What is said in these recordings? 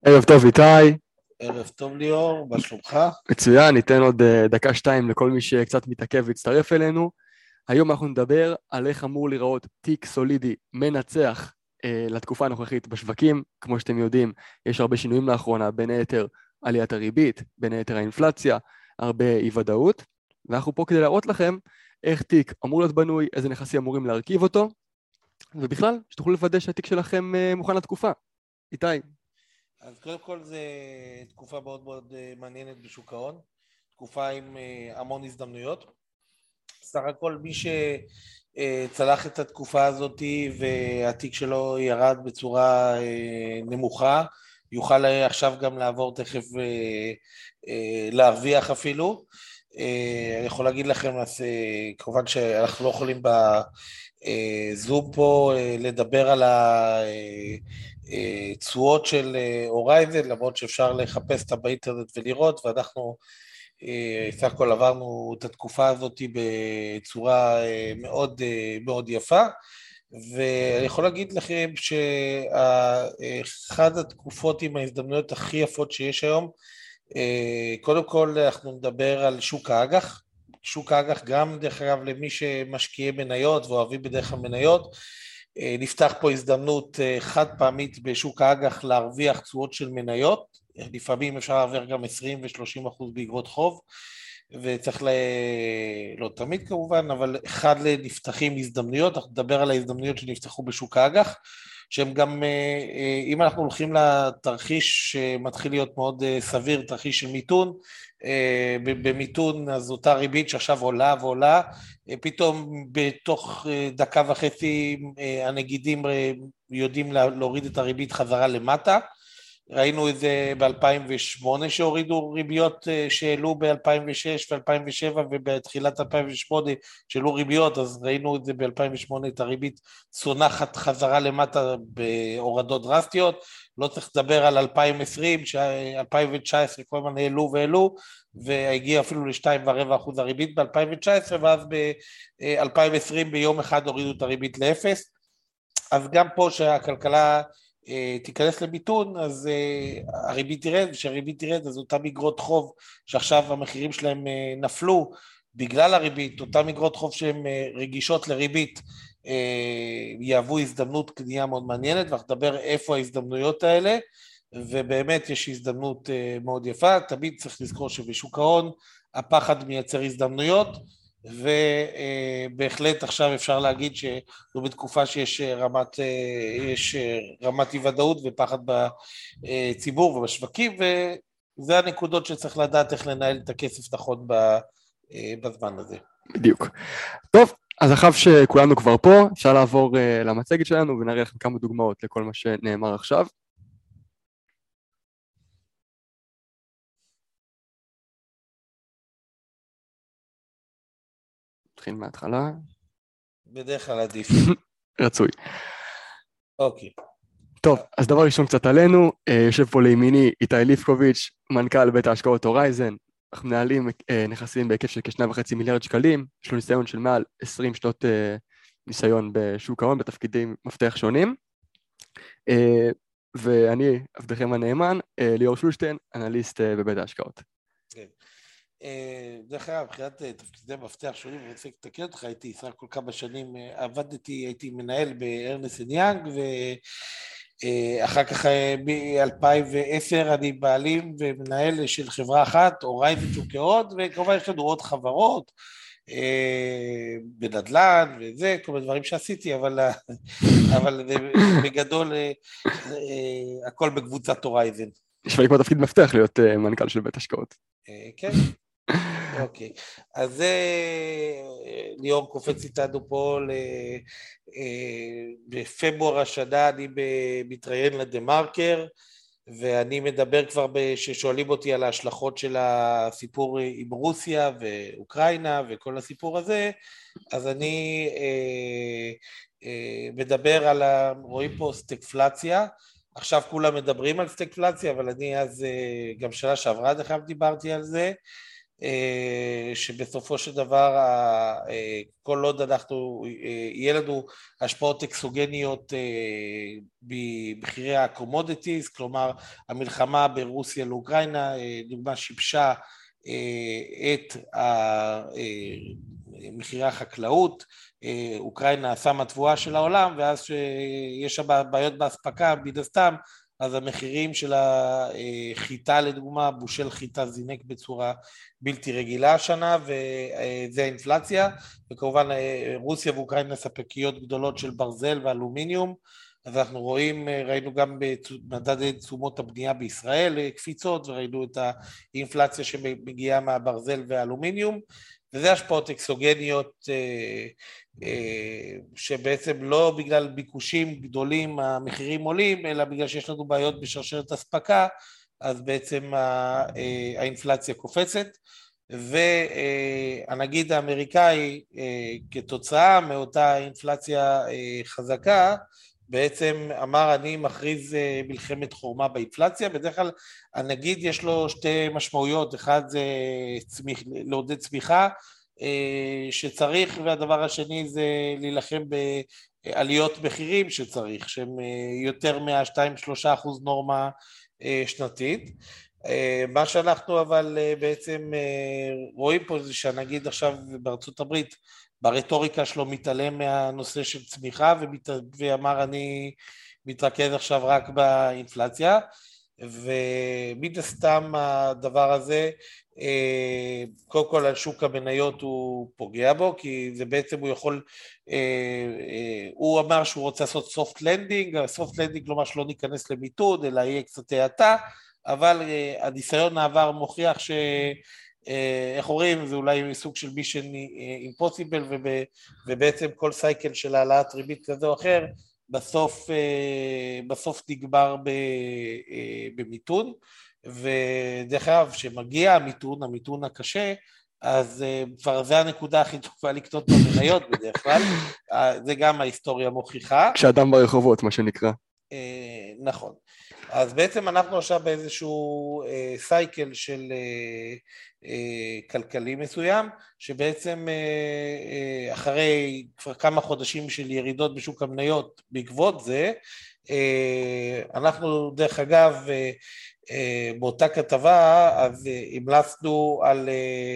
ערב טוב איתי, ערב טוב ליאור, מה שלומך? מצוין, ניתן עוד דקה שתיים לכל מי שקצת מתעכב והצטרף אלינו. היום אנחנו נדבר על איך אמור להיראות תיק סולידי מנצח לתקופה הנוכחית בשווקים. כמו שאתם יודעים, יש הרבה שינויים לאחרונה, בין היתר עליית הריבית, בין היתר האינפלציה, הרבה אי ודאות, ואנחנו פה כדי להראות לכם איך תיק אמור להיות בנוי, איזה נכסים אמורים להרכיב אותו, ובכלל, שתוכלו לוודא שהתיק שלכם מוכן לתקופה. איתי. אז קודם כל זה תקופה מאוד מאוד מעניינת בשוק ההון, תקופה עם המון הזדמנויות. סך הכל מי שצלח את התקופה הזאת והתיק שלו ירד בצורה נמוכה, יוכל עכשיו גם לעבור תכף להרוויח אפילו. אני יכול להגיד לכם, אז כמובן שאנחנו לא יכולים בזום פה לדבר על התשואות של הורייזן, למרות שאפשר לחפש אותה באינטרנט ולראות, ואנחנו סך הכל עברנו את התקופה הזאת בצורה מאוד מאוד יפה, ואני יכול להגיד לכם שאחד התקופות עם ההזדמנויות הכי יפות שיש היום, קודם כל אנחנו נדבר על שוק האג"ח. שוק האג"ח גם דרך אגב למי שמשקיעי מניות ואוהבים בדרך כלל מניות, נפתח פה הזדמנות חד פעמית בשוק האג"ח להרוויח תשואות של מניות, לפעמים אפשר להרוויח גם 20 ו-30% באגרות חוב, וצריך לא תמיד כמובן, אבל אחד לנפתחים הזדמנויות. אנחנו נדבר על ההזדמנויות שנפתחו בשוק האג"ח, שהם גם, אם אנחנו הולכים לתרחיש שמתחיל להיות מאוד סביר, תרחיש של מיתון, במיתון אז אותה ריבית שעכשיו עולה ועולה, פתאום בתוך דקה וחצי הנגידים יודעים להוריד את הריבית חזרה למטה. ראינו את זה ב-2008 שהורידו ריביות שהעלו ב-2006 ו-2007, ובתחילת 2008 שהעלו ריביות, אז ראינו את זה ב-2008, את הריבית צונחת חזרה למטה בהורדות דרסטיות. לא צריך לדבר על 2020, ש-2019 כל הזמן העלו והעלו, והגיע אפילו ל-2.25% הריבית ב-2019, ואז ב-2020 ביום אחד הורידו את הריבית לאפס. אז גם פה שהכלכלה תיכנס למיתון, אז הריבית תרד, ושהריבית תרד, אז אותם אגרות חוב שעכשיו המחירים שלהם נפלו בגלל הריבית, אותם אגרות חוב שהן רגישות לריבית, יהוו הזדמנות קנייה מאוד מעניינת, ואנחנו נדבר איפה ההזדמנויות האלה, ובאמת יש הזדמנות מאוד יפה. תמיד צריך לזכור שבשוק ההון הפחד מייצר הזדמנויות, ובהחלט עכשיו אפשר להגיד שזו בתקופה שיש רמת אי ודאות ופחד בציבור ובשווקים, וזה הנקודות שצריך לדעת איך לנהל את הכסף נכון בזמן הזה. בדיוק. טוב, אז אחר שכולנו כבר פה, אפשר לעבור למצגת שלנו ונראה לכם כמה דוגמאות לכל מה שנאמר עכשיו. נתחיל מההתחלה. בדרך כלל עדיף. רצוי. אוקיי. טוב, אז דבר ראשון קצת עלינו, יושב פה לימיני איתי ליפקוביץ', מנכ"ל בית ההשקעות הורייזן. אנחנו מנהלים נכסים בהיקף של כ2.5 מיליארד שקלים, יש לו ניסיון של מעל 20 שנות ניסיון בשוק ההון בתפקידים מפתח שונים, ואני עבדכם הנאמן, ליאור שולשטיין, אנליסט בבית ההשקעות. כן. דרך אגב, מבחינת תפקידי מפתח שונים, אני רוצה לתקן אותך, הייתי סך הכל כמה שנים, הייתי מנהל בארנסט אנד יאנג, ואחר כך ב-2010 אני בעלים ומנהל של חברה אחת, הורייזן שוק ההון, וכמובן יש לנו עוד חברות, בנדל"ן וזה, כל מיני דברים שעשיתי, אבל בגדול הכל בקבוצת הורייזן. נשמע לי כמו תפקיד מפתח להיות מנכ"ל של בית השקעות. כן. אוקיי, אז זה ליאור קופץ איתנו פה בפברואר השנה, אני מתראיין לדה מרקר, ואני מדבר כבר ששואלים אותי על ההשלכות של הסיפור עם רוסיה ואוקראינה וכל הסיפור הזה, אז אני מדבר על, רואים פה סטגפלציה, עכשיו כולם מדברים על סטגפלציה, אבל אני אז גם שנה שעברה דרך אגב דיברתי על זה, שבסופו של דבר כל עוד יהיה לנו השפעות אקסוגניות במחירי הקומודיטיז, כלומר המלחמה ברוסיה לאוקראינה דוגמה שיבשה את מחירי החקלאות, אוקראינה שמה תבואה של העולם, ואז שיש שם בעיות בהספקה מן הסתם, אז המחירים של החיטה לדוגמה, בושל חיטה זינק בצורה בלתי רגילה השנה, וזה האינפלציה, וכמובן רוסיה ואוקראינה ספקיות גדולות של ברזל ואלומיניום, אז אנחנו ראינו גם במדד תשומות הבנייה בישראל קפיצות, וראינו את האינפלציה שמגיעה מהברזל והאלומיניום, וזה השפעות אקסוגניות שבעצם לא בגלל ביקושים גדולים המחירים עולים, אלא בגלל שיש לנו בעיות בשרשרת הספקה, אז בעצם האינפלציה קופצת, והנגיד האמריקאי כתוצאה מאותה אינפלציה חזקה, בעצם אמר אני מכריז מלחמת חורמה באינפלציה. בדרך כלל הנגיד יש לו שתי משמעויות, אחד זה לעודד צמיחה שצריך, והדבר השני זה להילחם בעליות מחירים שצריך, שהם יותר מה-2-3% נורמה שנתית. מה שאנחנו אבל בעצם רואים פה זה שהנגיד עכשיו בארצות הברית ברטוריקה שלו מתעלם מהנושא של צמיחה, ואמר אני מתרכז עכשיו רק באינפלציה, ומן הסתם הדבר הזה, קודם כל על שוק המניות הוא פוגע בו, כי זה בעצם הוא יכול, הוא אמר שהוא רוצה לעשות soft landing, soft landing כלומר שלא ניכנס למיתון, אלא יהיה קצת האטה, אבל הניסיון העבר מוכיח ש... איך אומרים, זה אולי סוג של מישן אימפוסיבל, ובעצם כל סייקל של העלאת ריבית כזה או אחר, בסוף נגמר במיתון, ודרך אגב, שמגיע המיתון הקשה, אז כבר זה הנקודה הכי טובה לקנות במניות בדרך כלל, זה גם ההיסטוריה מוכיחה. כשאדם ברחובות, מה שנקרא. נכון. אז בעצם אנחנו עכשיו באיזשהו סייקל של כלכלי מסוים, שבעצם אחרי כבר כמה חודשים של ירידות בשוק המניות בעקבות זה, אנחנו דרך אגב באותה כתבה אז המלצנו על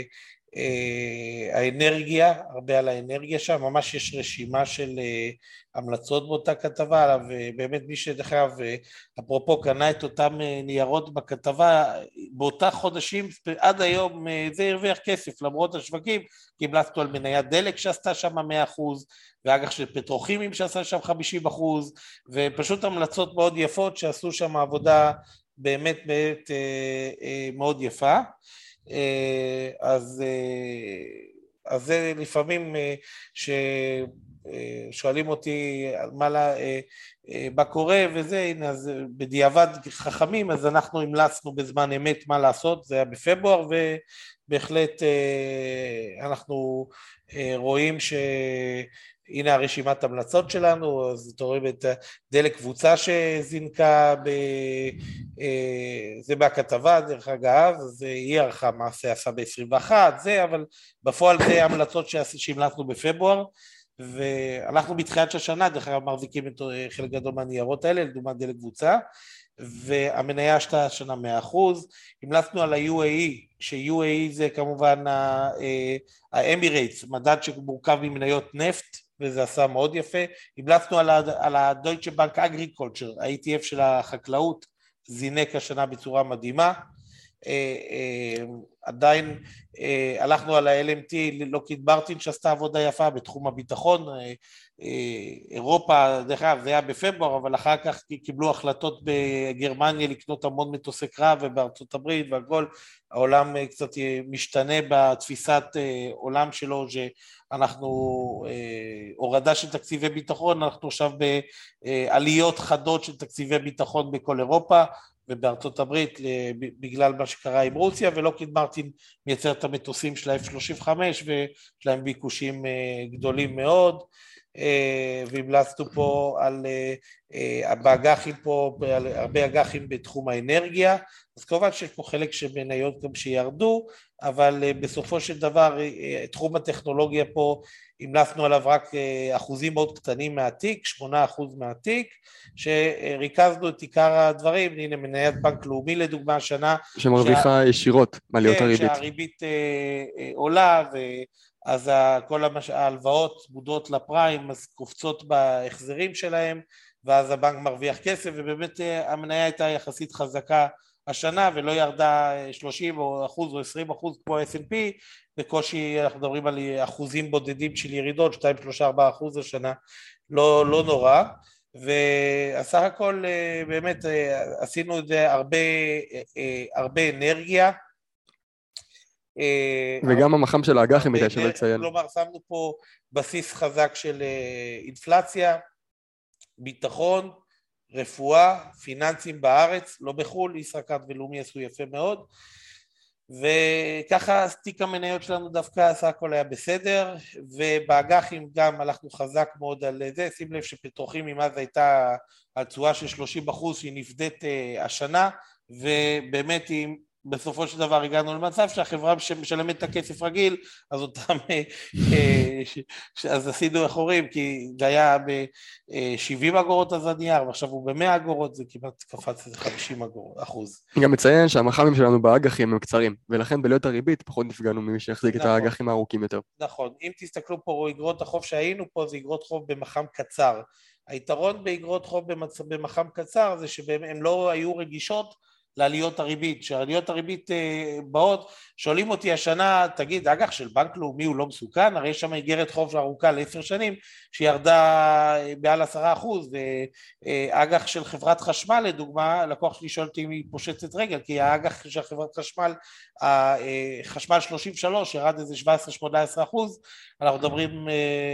האנרגיה, הרבה על האנרגיה שם, ממש יש רשימה של המלצות באותה כתבה, ובאמת מי שדרך אגב, אפרופו קנה את אותם ניירות בכתבה, באותה חודשים עד היום זה הרוויח כסף למרות השווקים, כי המלצנו על מניית דלק שעשתה שם 100%, ואג"ח של פטרוכימים שעשה שם 50%, ופשוט המלצות מאוד יפות שעשו שם עבודה באמת מאוד יפה. אז זה לפעמים ששואלים אותי מה קורה וזה, הנה אז בדיעבד חכמים, אז אנחנו המלצנו בזמן אמת מה לעשות, זה היה בפברואר, ובהחלט אנחנו רואים הנה הרשימת המלצות שלנו, אז אתם רואים את דלק קבוצה שזינקה, זה בכתבה דרך אגב, אז היא ערכה מעשה עשה ב-21, אבל בפועל זה המלצות שהמלצנו בפברואר, ואנחנו בתחילת השנה דרך אגב מחזיקים את חלק גדול מהניירות האלה, לדוגמה דלק קבוצה, והמניה עשתה השנה 100%, המלצנו על ה-UAE, ש-UAE זה כמובן האמירייטס, מדד שמורכב ממניות נפט, וזה עשה מאוד יפה. המלצנו על הדויטשה בנק אגריקולצ'ר, ה-ETF של החקלאות, זינק השנה בצורה מדהימה. עדיין הלכנו על ה-LMT, לוקהיד מרטין שעשתה עבודה יפה בתחום הביטחון, אירופה, דרך אגב זה היה בפברואר, אבל אחר כך קיבלו החלטות בגרמניה לקנות המון מטוסי קרב, ובארצות הברית והכל, העולם קצת משתנה בתפיסת עולם שלו, שאנחנו הורדה של תקציבי ביטחון, אנחנו עכשיו בעליות חדות של תקציבי ביטחון בכל אירופה, ובארצות הברית בגלל מה שקרה עם רוסיה, ולוקהיד מרטין מייצר את המטוסים של ה-F-35 ויש להם ביקושים גדולים מאוד. והמלצנו פה על באג"חים פה, על הרבה אג"חים בתחום האנרגיה, אז כמובן שיש פה חלק של מניות גם שירדו, אבל בסופו של דבר תחום הטכנולוגיה פה המלצנו עליו רק אחוזים מאוד קטנים מהתיק, 8% מהתיק, שריכזנו את עיקר הדברים, הנה מניית בנק לאומי לדוגמה השנה, שמרוויחה ישירות מעליות הריבית. שהריבית עולה, אז כל ההלוואות צמודות לפריים, אז קופצות בהחזרים שלהם, ואז הבנק מרוויח כסף, ובאמת המניה הייתה יחסית חזקה השנה, ולא ירדה 30% או 20% כמו ה-S&P, בקושי אנחנו מדברים על אחוזים בודדים של ירידות, 2-3-4% השנה, לא נורא, והסך הכל באמת עשינו את זה הרבה אנרגיה, וגם המח"מ של האג"חים כדי שווה לציין. כלומר, שמנו פה בסיס חזק של אינפלציה, ביטחון, רפואה, פיננסים בארץ, לא בחול, ישראכרט ולאומי עשו יפה מאוד, וככה תיק המניות שלנו דווקא סך הכל היה בסדר, ובאג"חים גם הלכנו חזק מאוד על זה, שים לב שפטרוכימיה אז הייתה על תשואה של 30% שהיא נפדית השנה, ובאמת היא בסופו של דבר הגענו למצב שהחברה שמשלמת את הכסף רגיל, אז אותם, אז עשינו אחורים, כי זה היה ב-70 אגורות אז הנייר, ועכשיו הוא ב-100 אגורות, זה כמעט קפץ איזה 50%. אני גם מציין שהמח"מים שלנו באג"חים הם קצרים, ולכן בעליות הריבית פחות נפגענו ממי שיחזיק את האג"חים הארוכים יותר. נכון, אם תסתכלו פה אגרות החוב שהיינו פה, זה אגרות חוב במח"מ קצר. היתרון באגרות חוב במח"מ קצר זה שהן לא היו רגישות, לעליות הריבית, שעליות הריבית באות, שואלים אותי השנה, תגיד, אג"ח של בנק לאומי הוא לא מסוכן, הרי יש שם איגרת חוב ארוכה ל10 שנים, שירדה מעל 10%, ואג"ח של חברת חשמל, לדוגמה, לקוח שלי שואל אותי אם היא פושטת רגל, כי האג"ח של חברת חשמל, חשמל 33, ירד איזה 17-18%, אנחנו מדברים,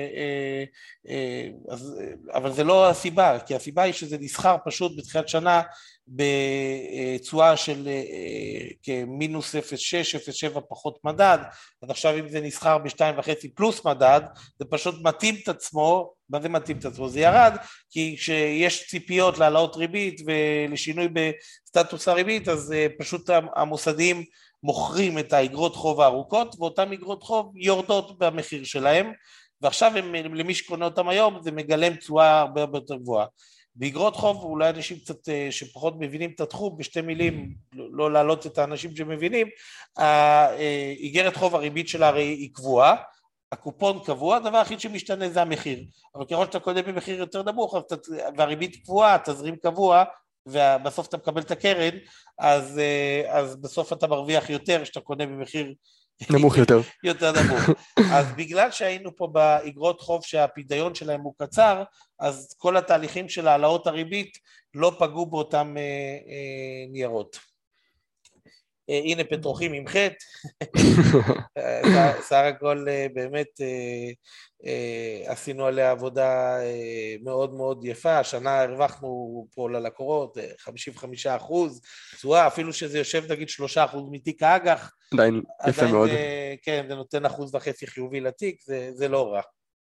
אבל זה לא הסיבה, כי הסיבה היא שזה נסחר פשוט בתחילת שנה, בצועה של כמינוס 0.6, 0.7 פחות מדד, אז עכשיו אם זה נסחר ב2.5 פלוס מדד, זה פשוט מתאים את עצמו, מה זה מתאים את עצמו? זה ירד, כי כשיש ציפיות להעלאות ריבית ולשינוי בסטטוס הריבית, אז פשוט המוסדים מוכרים את האגרות חוב הארוכות, ואותן אגרות חוב יורדות במחיר שלהם, ועכשיו למי שקונה אותם היום, זה מגלם צועה הרבה יותר גבוהה. באגרות חוב, אולי אנשים קצת שפחות מבינים את התחום, בשתי מילים, לא להעלות את האנשים שמבינים, האגרת חוב הריבית שלה הרי היא קבועה, הקופון קבוע, הדבר הכי שמשתנה זה המחיר, אבל ככל שאתה קונה במחיר יותר נמוך, והריבית קבועה, תזרים קבוע, ובסוף אתה מקבל את הקרן, אז בסוף אתה מרוויח יותר, שאתה קונה במחיר נמוך יותר. יותר נמוך. אז בגלל שהיינו פה באגרות חוב שהפידיון שלהם הוא קצר, אז כל התהליכים של העלאות הריבית לא פגעו באותם ניירות. הנה פטרוכימיה עם חטא, סך הכל באמת עשינו עליה עבודה מאוד מאוד יפה, השנה הרווחנו פה ללקוחות 55%, תשואה, אפילו שזה יושב נגיד 3% מתיק האג"ח, עדיין יפה מאוד. כן, זה נותן 1.5% חיובי לתיק, זה לא רע.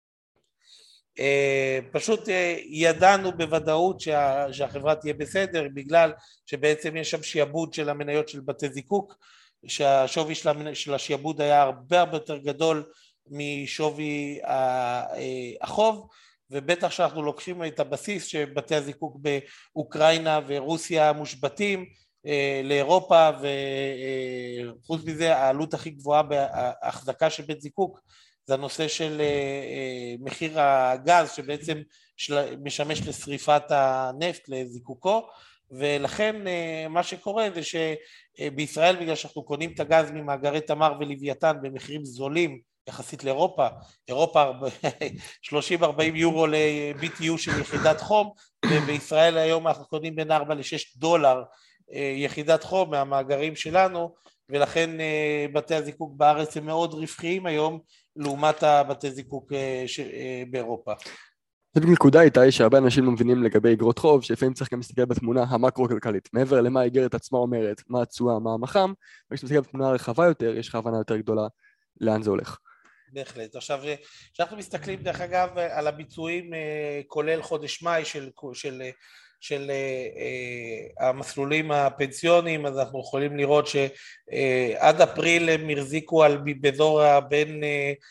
פשוט ידענו בוודאות שהחברה תהיה בסדר, בגלל שבעצם יש שם שיעבוד של המניות של בתי זיקוק, שהשווי של השיעבוד היה הרבה יותר גדול משווי החוב, ובטח שאנחנו לוקחים את הבסיס שבתי הזיקוק באוקראינה ורוסיה מושבתים לאירופה, וחוץ מזה העלות הכי גבוהה בהחזקה של בית זיקוק, זה הנושא של מחיר הגז שבעצם משמש לשריפת הנפט, לזיקוקו, ולכן מה שקורה זה שבישראל, בגלל שאנחנו קונים את הגז ממאגרי תמר ולוויתן במחירים זולים יחסית לאירופה, אירופה 30-40 יורו ל-BTU של יחידת חום, ובישראל היום אנחנו קונים בין 4 ל-6 דולר יחידת חום מהמאגרים שלנו, ולכן בתי הזיקוק בארץ הם מאוד רווחיים היום, לעומת הבתי זיקוק באירופה. זה בנקודה איתי שהרבה אנשים לא מבינים לגבי אגרות חוב, שלפעמים צריך גם להסתכל בתמונה המקרו-כלכלית, מעבר למה האגרת עצמה אומרת, מה התשואה, מה המח"מ, וכשאתה מסתכל בתמונה הרחבה יותר, יש לך הבנה יותר גדולה לאן זה הולך. בהחלט. עכשיו, כשאנחנו מסתכלים דרך אגב על הביצועים כולל חודש מאי של המסלולים הפנסיוניים, אז אנחנו יכולים לראות שעד אפריל הם הרזיקו באזור בין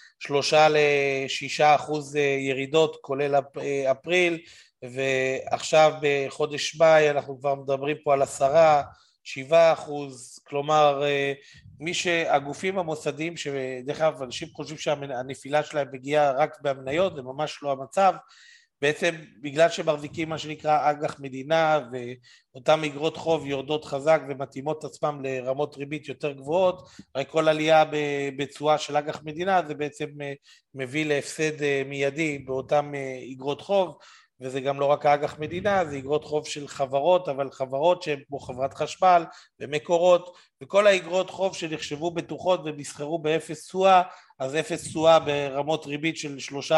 3-6% ירידות, כולל אפריל, ועכשיו בחודש מאי אנחנו כבר מדברים פה על 7%, כלומר הגופים המוסדיים, שדרך אגב אנשים חושבים שהנפילה שלהם מגיעה רק במניות, זה ממש לא המצב, בעצם בגלל שמחזיקים מה שנקרא אג"ח מדינה, ואותן אגרות חוב יורדות חזק ומתאימות עצמם לרמות ריבית יותר גבוהות, הרי כל עלייה בתשואה של אג"ח מדינה זה בעצם מביא להפסד מיידי באותן אגרות חוב, וזה גם לא רק אג"ח מדינה, זה אגרות חוב של חברות, אבל חברות שהן כמו חברת חשמל ומקורות, וכל האגרות חוב שנחשבו בטוחות ומסחרו באפס תשואה, אז אפס תשואה ברמות ריבית של 3%,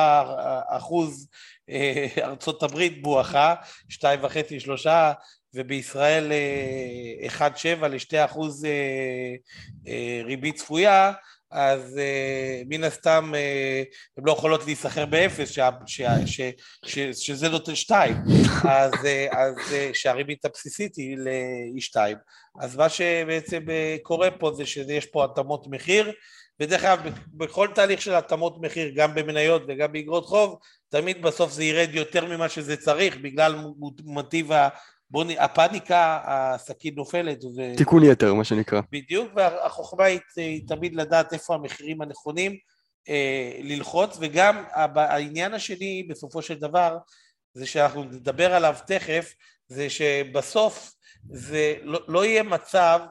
ארצות הברית בואכה, 2.5-3, ובישראל 1.7 ל2% ריבית צפויה, אז מן הסתם הן לא יכולות להיסחר באפס, שזה נותן 2, אז שהריבית הבסיסית היא ל-2. אז מה שבעצם קורה פה זה שיש פה התאמות מחיר, ודרך אגב בכל תהליך של התאמות מחיר, גם במניות וגם באגרות חוב, תמיד בסוף זה ירד יותר ממה שזה צריך, בגלל מוטיב הפאניקה, הסכין נופלת. תיקון יתר, מה שנקרא. בדיוק, והחוכמה היא תמיד לדעת איפה המחירים הנכונים ללחוץ, וגם העניין השני בסופו של דבר, זה שאנחנו נדבר עליו תכף, זה שבסוף זה לא יהיה מצב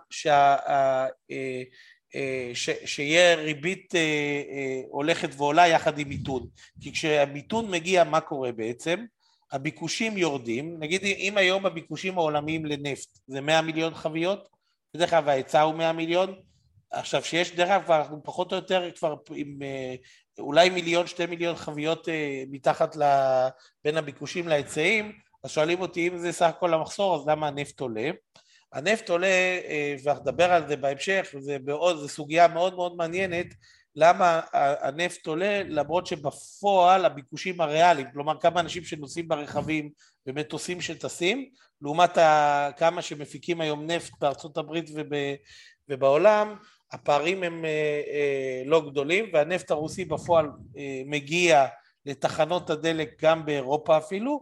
שיהיה ריבית הולכת ועולה יחד עם מיתון, כי כשהמיתון מגיע מה קורה בעצם? הביקושים יורדים, נגיד אם היום הביקושים העולמיים לנפט זה 100 מיליון חביות, בדרך כלל ההיצע הוא 100 מיליון, עכשיו שיש דרך כלל כבר אנחנו פחות או יותר כבר עם אולי 1-2 מיליון חביות מתחת בין הביקושים להיצעים, אז שואלים אותי אם זה סך הכל המחסור, אז למה הנפט עולה? הנפט עולה, ואחדבר על זה בהמשך, זו סוגיה מאוד מאוד מעניינת, למה הנפט עולה, למרות שבפועל הביקושים הריאליים, כלומר כמה אנשים שנוסעים ברכבים ומטוסים שטסים, לעומת כמה שמפיקים היום נפט בארצות הברית ובעולם, הפערים הם לא גדולים, והנפט הרוסי בפועל מגיע לתחנות הדלק גם באירופה אפילו,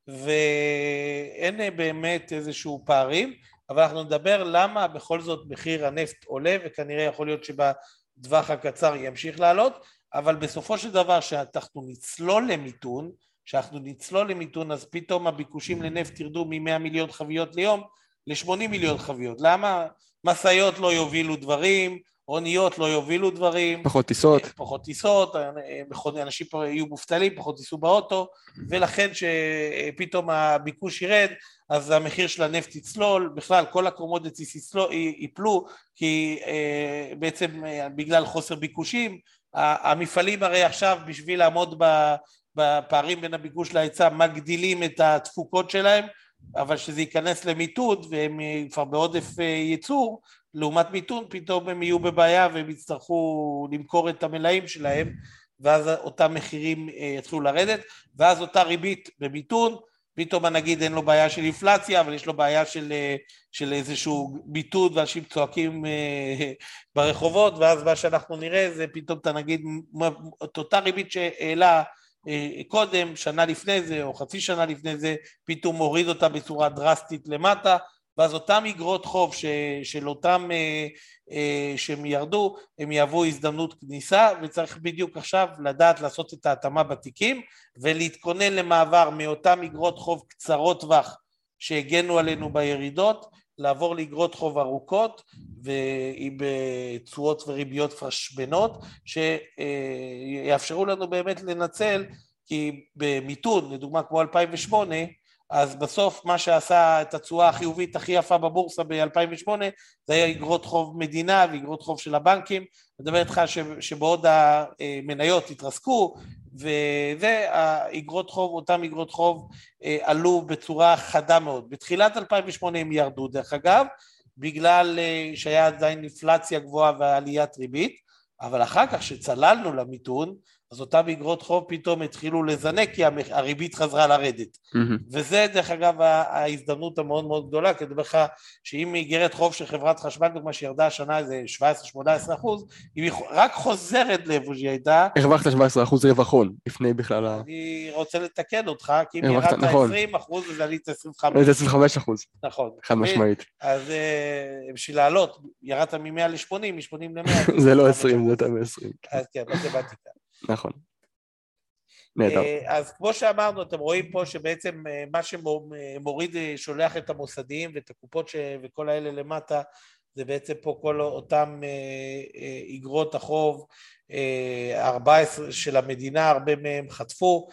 ואין באמת איזשהו פערים, אבל אנחנו נדבר למה בכל זאת מחיר הנפט עולה, וכנראה יכול להיות שבטווח הקצר ימשיך לעלות, אבל בסופו של דבר שאנחנו נצלול למיתון, אז פתאום הביקושים לנפט ירדו מ-100 מיליון חביות ליום ל-80 מיליון חביות. למה? מסעיות לא יובילו דברים, אוניות לא יובילו דברים, פחות טיסות, אנשים פה יהיו מובטלים, פחות ייסעו באוטו, ולכן שפתאום הביקוש ירד, אז המחיר של הנפט יצלול, בכלל כל הקומודיטיס ייפלו, כי בעצם בגלל חוסר ביקושים, המפעלים הרי עכשיו בשביל לעמוד בפערים בין הביקוש להיצע, מגדילים את התפוקות שלהם, אבל שזה ייכנס למיתון, והם כבר בעודף ייצור, לעומת מיתון, פתאום הם יהיו בבעיה, והם יצטרכו למכור את המלאים שלהם, ואז אותם מחירים יתחילו לרדת, ואז אותה ריבית במיתון, פתאום נגיד אין לו בעיה של אינפלציה, אבל יש לו בעיה של איזשהו ביטוד, ואנשים צועקים ברחובות, ואז מה שאנחנו נראה זה פתאום אתה נגיד, את אותה ריבית שהעלה קודם, שנה לפני זה, או חצי שנה לפני זה, פתאום מוריד אותה בצורה דרסטית למטה, ואז אותם אגרות חוב של אותם שהם ירדו, הם יהוו הזדמנות כניסה, וצריך בדיוק עכשיו לדעת לעשות את ההתאמה בתיקים, ולהתכונן למעבר מאותם אגרות חוב קצרות טווח שהגנו עלינו בירידות, לעבור לאגרות חוב ארוכות, ועם תשואות וריביות פרשבנות, שיאפשרו לנו באמת לנצל, כי במיתון, לדוגמה כמו 2008, אז בסוף מה שעשה את התשואה החיובית הכי יפה בבורסה ב-2008, זה היה אגרות חוב מדינה ואגרות חוב של הבנקים, מדבר איתך שבעוד המניות התרסקו, וזה האגרות חוב, אותם אגרות חוב עלו בצורה חדה מאוד. בתחילת 2008 הם ירדו דרך אגב, בגלל שהיה עדיין אינפלציה גבוהה ועליית ריבית, אבל אחר כך שצללנו למיתון, אז אותם אגרות חוב פתאום התחילו לזנק, כי הריבית חזרה לרדת. וזה דרך אגב ההזדמנות המאוד מאוד גדולה, כי אני אומר לך שאם איגרת חוב של חברת חשמל, כמו שירדה השנה איזה 17-18%, אם היא רק חוזרת לאיפה שהיא הייתה... הרווחת 17% רווחון, לפני בכלל אני רוצה לתקן אותך, כי אם ירדת 20%, אז עלית 25%. זה 25%. נכון. חד משמעית. אז בשביל לעלות, ירדת מ-100 ל-80, מ-80 ל-100. זה לא 20, זה יותר מ-20. אז כן, מתמטיקה. נכון. נהדר. אז כמו שאמרנו, אתם רואים פה שבעצם מה שמוריד, שולח את המוסדיים ואת הקופות וכל האלה למטה, זה בעצם פה כל אותם אגרות החוב, 14 של המדינה, הרבה מהם חטפו,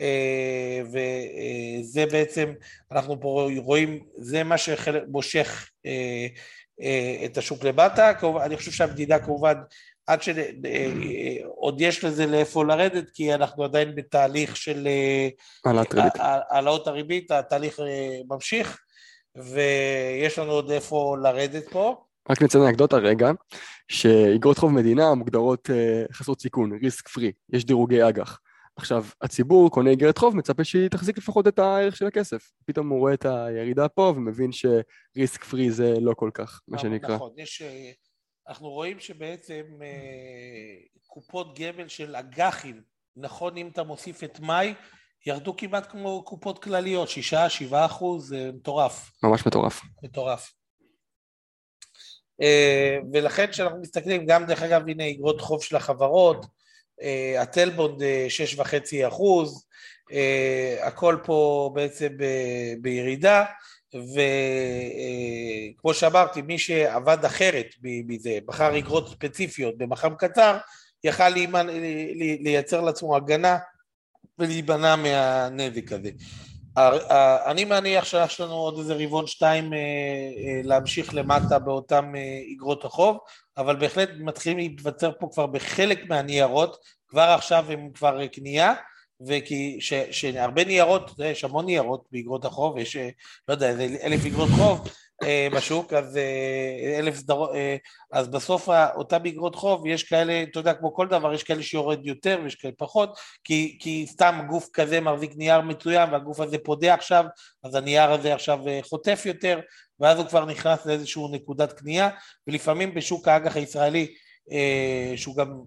וזה בעצם, אנחנו פה רואים, זה מה שמושך את השוק למטה. אני חושב שהמדינה כמובן, עד שעוד יש לזה לאיפה לרדת, כי אנחנו עדיין בתהליך של העלאות הריבית, התהליך ממשיך, ויש לנו עוד איפה לרדת פה. רק נציין אנקדוטה רגע, שאגרות חוב מדינה מוגדרות חסרות סיכון, ריסק פרי, יש דירוגי אג"ח. עכשיו, הציבור קונה אגרת חוב, מצפה שהיא תחזיק לפחות את הערך של הכסף. פתאום הוא רואה את הירידה פה, ומבין שריסק פרי זה לא כל כך, מה שנקרא. נכון, אנחנו רואים שבעצם קופות גמל של אג"חים, נכון אם אתה מוסיף את מאי, ירדו כמעט כמו קופות כלליות, 6-7%, זה מטורף. ממש מטורף. מטורף. ולכן כשאנחנו מסתכלים, גם דרך אגב, הנה אגרות חוב של החברות, הטלבונד 6.5%, הכל פה בעצם בירידה, וכמו שאמרתי, מי שעבד אחרת מזה, בחר אגרות ספציפיות במח"מ קצר, יכל לייצר לעצמו הגנה ולהיבנע מהנזק הזה. אני מניח שיש לנו עוד איזה רבעון 2 להמשיך למטה באותם אגרות החוב, אבל בהחלט מתחילים להתווצר פה כבר בחלק מהניירות, כבר עכשיו הם כבר קנייה, וכי שהרבה ניירות, יש המון ניירות באגרות החוב, יש לא יודע, 1,000 אגרות חוב בשוק, אז 1,000 סדרות, אז בסוף אותם אגרות חוב יש כאלה, אתה יודע, כמו כל דבר, יש כאלה שיורד יותר ויש כאלה פחות, כי סתם גוף כזה מחזיק נייר מצוין והגוף הזה פודה עכשיו, אז הנייר הזה עכשיו חוטף יותר, ואז הוא כבר נכנס לאיזשהו נקודת קנייה, ולפעמים בשוק האג"ח הישראלי, שהוא גם,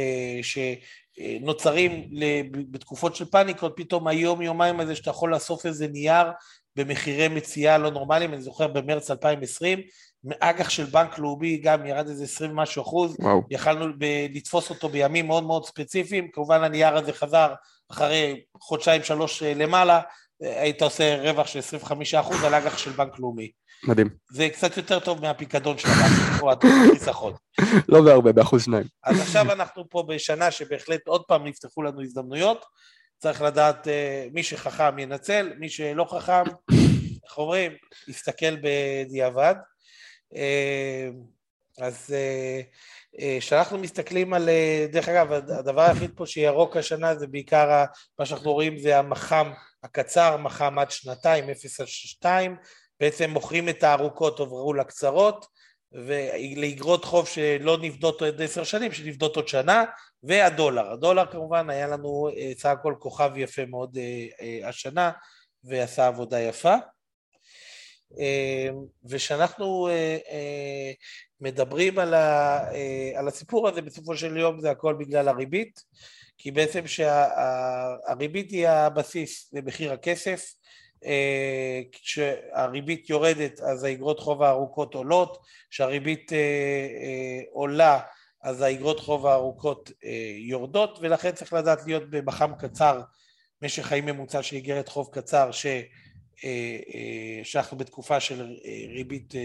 נוצרים בתקופות של פאניקות, פתאום היום-יומיים הזה שאתה יכול לאסוף איזה נייר במחירי מציאה לא נורמליים, אני זוכר במרץ 2020, מאג"ח של בנק לאומי גם ירד איזה 20 משהו אחוז, יכלנו לתפוס אותו בימים מאוד מאוד ספציפיים, כמובן הנייר הזה חזר אחרי חודשיים-שלוש למעלה, היית עושה רווח של 25% על אג"ח של בנק לאומי. מדהים. זה קצת יותר טוב מהפיקדון של הבנק, או החיסכון. לא בהרבה, ב1-2%. אז עכשיו אנחנו פה בשנה שבהחלט עוד פעם נפתחו לנו הזדמנויות, צריך לדעת מי שחכם ינצל, מי שלא חכם, איך אומרים, יסתכל בדיעבד. אז כשאנחנו מסתכלים על, דרך אגב, הדבר היחיד פה שירוק השנה זה בעיקר, מה שאנחנו רואים זה המח"מ הקצר, מח"מ עד 2, 0-2, בעצם מוכרים את הארוכות עוברו לקצרות, ולאגרות חוב שלא נבדות עוד 10 שנים, שנבדות עוד שנה, והדולר. הדולר כמובן היה לנו סך הכל כוכב יפה מאוד השנה, ועשה עבודה יפה. ושאנחנו מדברים על הסיפור הזה, בסופו של יום זה הכל בגלל הריבית, כי בעצם שהריבית היא הבסיס למחיר הכסף, כשהריבית יורדת אז האגרות חוב הארוכות עולות, כשהריבית עולה אז האגרות חוב הארוכות יורדות, ולכן צריך לדעת להיות במח"מ קצר, משך חיים ממוצע של איגרת חוב קצר, שאנחנו בתקופה של ריבית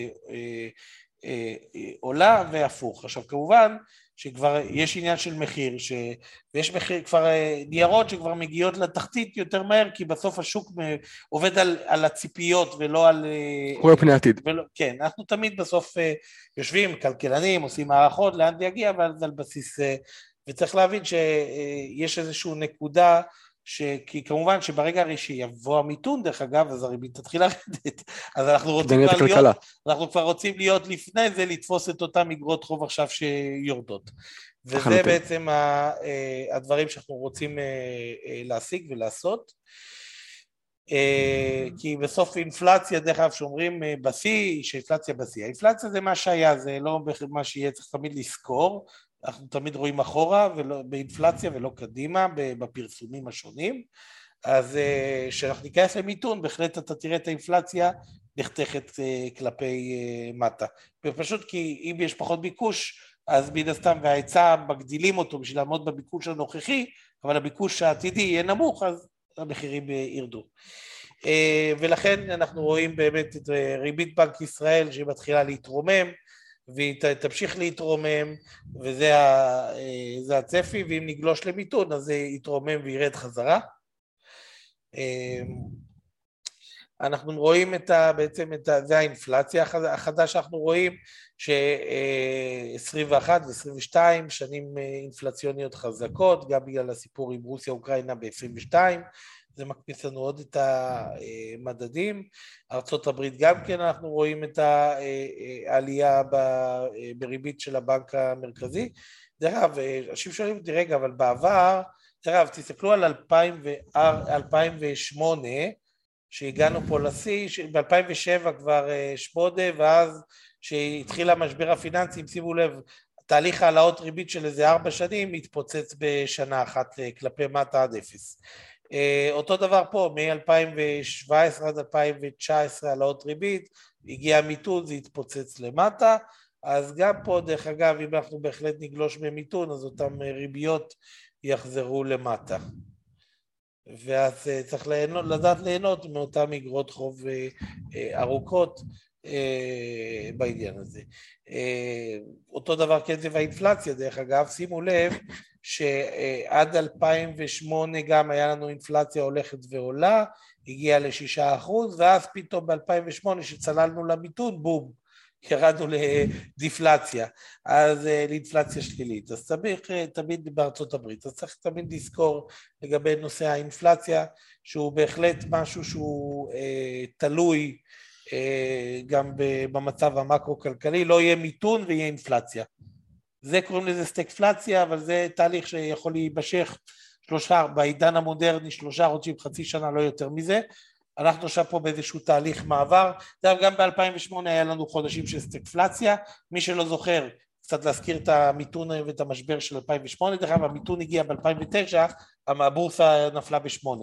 עולה והפוך. עכשיו כמובן שכבר יש עניין של מחיר, ויש מחיר כבר ניירות שכבר מגיעות לתחתית יותר מהר, כי בסוף השוק עובד על הציפיות ולא על... רואה פני עתיד. כן, אנחנו תמיד בסוף יושבים, כלכלנים, עושים מערכות, לאן זה יגיע, אבל זה על בסיס... וצריך להבין שיש איזושהי נקודה, כי כמובן שברגע הרי שיבוא המיתון דרך אגב, אז הריבית תתחיל לרדת, אז אנחנו כבר רוצים להיות לפני זה, לתפוס את אותם אגרות חוב עכשיו שיורדות. וזה בעצם הדברים שאנחנו רוצים להשיג ולעשות. כי בסוף אינפלציה, דרך אגב שאומרים בשיא, שאינפלציה בשיא, האינפלציה זה מה שהיה, זה לא מה שיהיה, צריך תמיד לזכור, אנחנו תמיד רואים אחורה באינפלציה ולא קדימה בפרסומים השונים, אז כשאנחנו ניכנס למיתון, בהחלט אתה תראה את האינפלציה נחתכת כלפי מטה, ופשוט כי אם יש פחות ביקוש, אז מן הסתם וההיצע מגדילים אותו בשביל לעמוד בביקוש הנוכחי, אבל הביקוש העתידי יהיה נמוך, אז המחירים ירדו. ולכן אנחנו רואים באמת את ריבית בנק ישראל שמתחילה להתרומם, והיא תמשיך להתרומם, וזה הצפי, ואם נגלוש למיתון אז זה יתרומם וירד חזרה. אנחנו רואים בעצם זה האינפלציה החדש שאנחנו רואים, ש-21 ו-22 שנים אינפלציוניות חזקות, גם בגלל הסיפור עם רוסיה אוקראינה ב-22, זה מקפיץ לנו עוד את המדדים. ארצות הברית גם כן אנחנו רואים את העלייה בריבית של הבנק המרכזי. דרך אגב, אנשים שואלים אותי רגע, אבל בעבר, דרך אגב, תסתכלו על 2008, שהגענו פה לשיא, ב-2007 כבר 8, ואז שהתחיל המשבר הפיננסי, שימו לב, תהליך העלאות ריבית של איזה 4 שנים, מתפוצץ בשנה אחת כלפי מטה עד 0. אותו דבר פה, מ-2017 עד 2019 העלאות ריבית, הגיע מיתון, זה התפוצץ למטה, אז גם פה דרך אגב, אם אנחנו בהחלט נגלוש במיתון, אז אותם ריביות יחזרו למטה. ואז צריך לדעת ליהנות מאותן אגרות חוב ארוכות בעניין הזה. אותו דבר קצב האינפלציה, דרך אגב, שימו לב שעד 2008 גם היה לנו אינפלציה הולכת ועולה, הגיעה ל6%, ואז פתאום ב-2008 שצללנו למיתון, בום, ירדנו לדיפלציה, אז לאינפלציה שלילית. אז צריך תמיד בארצות הברית, אז צריך תמיד לזכור לגבי נושא האינפלציה, שהוא בהחלט משהו שהוא תלוי גם במצב המקרו-כלכלי, לא יהיה מיתון ויהיה אינפלציה. זה קוראים לזה סטגפלציה, אבל זה תהליך שיכול להימשך בעידן המודרני 3 חודשים, חצי שנה, לא יותר מזה. אנחנו עכשיו פה באיזשהו תהליך מעבר, גם ב-2008 היה לנו חודשים של סטגפלציה, מי שלא זוכר, קצת להזכיר את המיתון ואת המשבר של 2008, דרך אגב המיתון הגיע ב-2009, הבורסה נפלה ב8,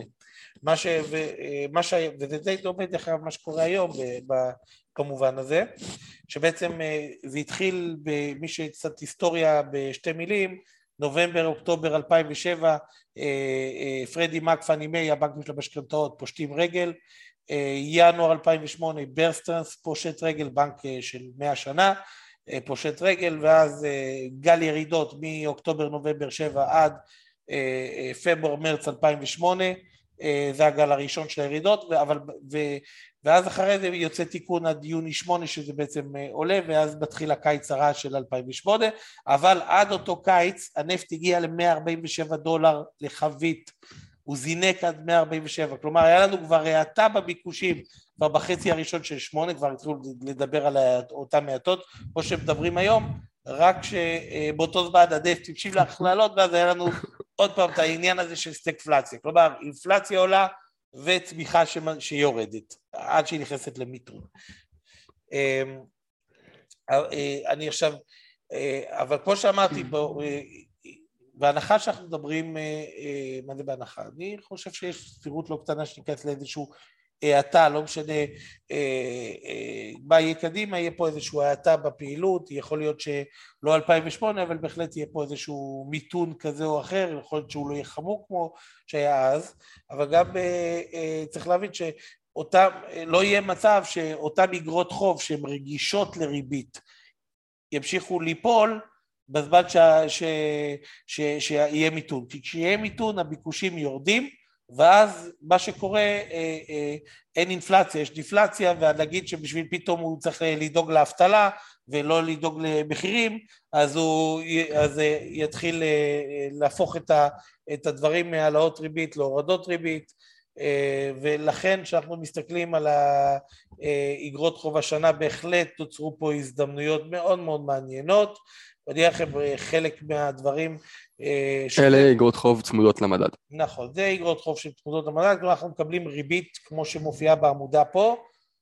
וזה די דומה דרך אגב מה שקורה היום במובן הזה, שבעצם זה התחיל במי שקצת היסטוריה בשתי מילים, נובמבר, אוקטובר 2007, פרדי מאק, פאני מיי, הבנקים של המשכנתאות פושטים רגל, ינואר 2008, ברסטרנס פושט רגל, בנק של 100 שנה, פושט רגל, ואז גל ירידות מאוקטובר, נובמבר 7 עד פברואר, מרץ 2008, זה הגל הראשון של הירידות, ואז אחרי זה יוצא תיקון עד יוני 8 שזה בעצם עולה, ואז מתחיל הקיץ הרע של 2008, אבל עד אותו קיץ הנפט הגיע ל$147 לחבית, הוא זינק עד 147, כלומר היה לנו כבר האטה בביקושים, כבר בחצי הראשון של 8, כבר התחילו לדבר על אותם מעטות, כמו שמדברים היום, רק שבאותו זמן הנפט המשיך להכללות, ואז היה לנו עוד פעם את העניין הזה של סטגפלציה, כלומר אינפלציה עולה וצמיחה שיורדת, עד שהיא נכנסת למיתון. אני עכשיו, אבל כמו שאמרתי, בהנחה שאנחנו מדברים, מה זה בהנחה? אני חושב שיש סבירות לא קטנה שניכנס לאיזשהו האטה, לא משנה מה יהיה קדימה, יהיה פה איזשהו האטה בפעילות, יכול להיות שלא 2008, אבל בהחלט יהיה פה איזשהו מיתון כזה או אחר, יכול להיות שהוא לא יהיה חמור כמו שהיה אז, אבל גם צריך להבין לא יהיה מצב שאותן אגרות חוב שהן רגישות לריבית ימשיכו ליפול, בזמן שיהיה מיתון, כי כשיהיה מיתון הביקושים יורדים, ואז מה שקורה, אין אינפלציה, יש דיפלציה, ולהגיד שבשביל פתאום הוא צריך לדאוג לאבטלה, ולא לדאוג למחירים, אז יתחיל להפוך את הדברים מהעלאות ריבית להורדות ריבית, ולכן כשאנחנו מסתכלים על האגרות חוב השנה, בהחלט תוצרו פה הזדמנויות מאוד מאוד מעניינות. ואני לכם חלק מהדברים. אלה אגרות חוב צמודות למדד. נכון, זה אגרות חוב של צמודות למדד, כלומר אנחנו מקבלים ריבית כמו שמופיעה בעמודה פה,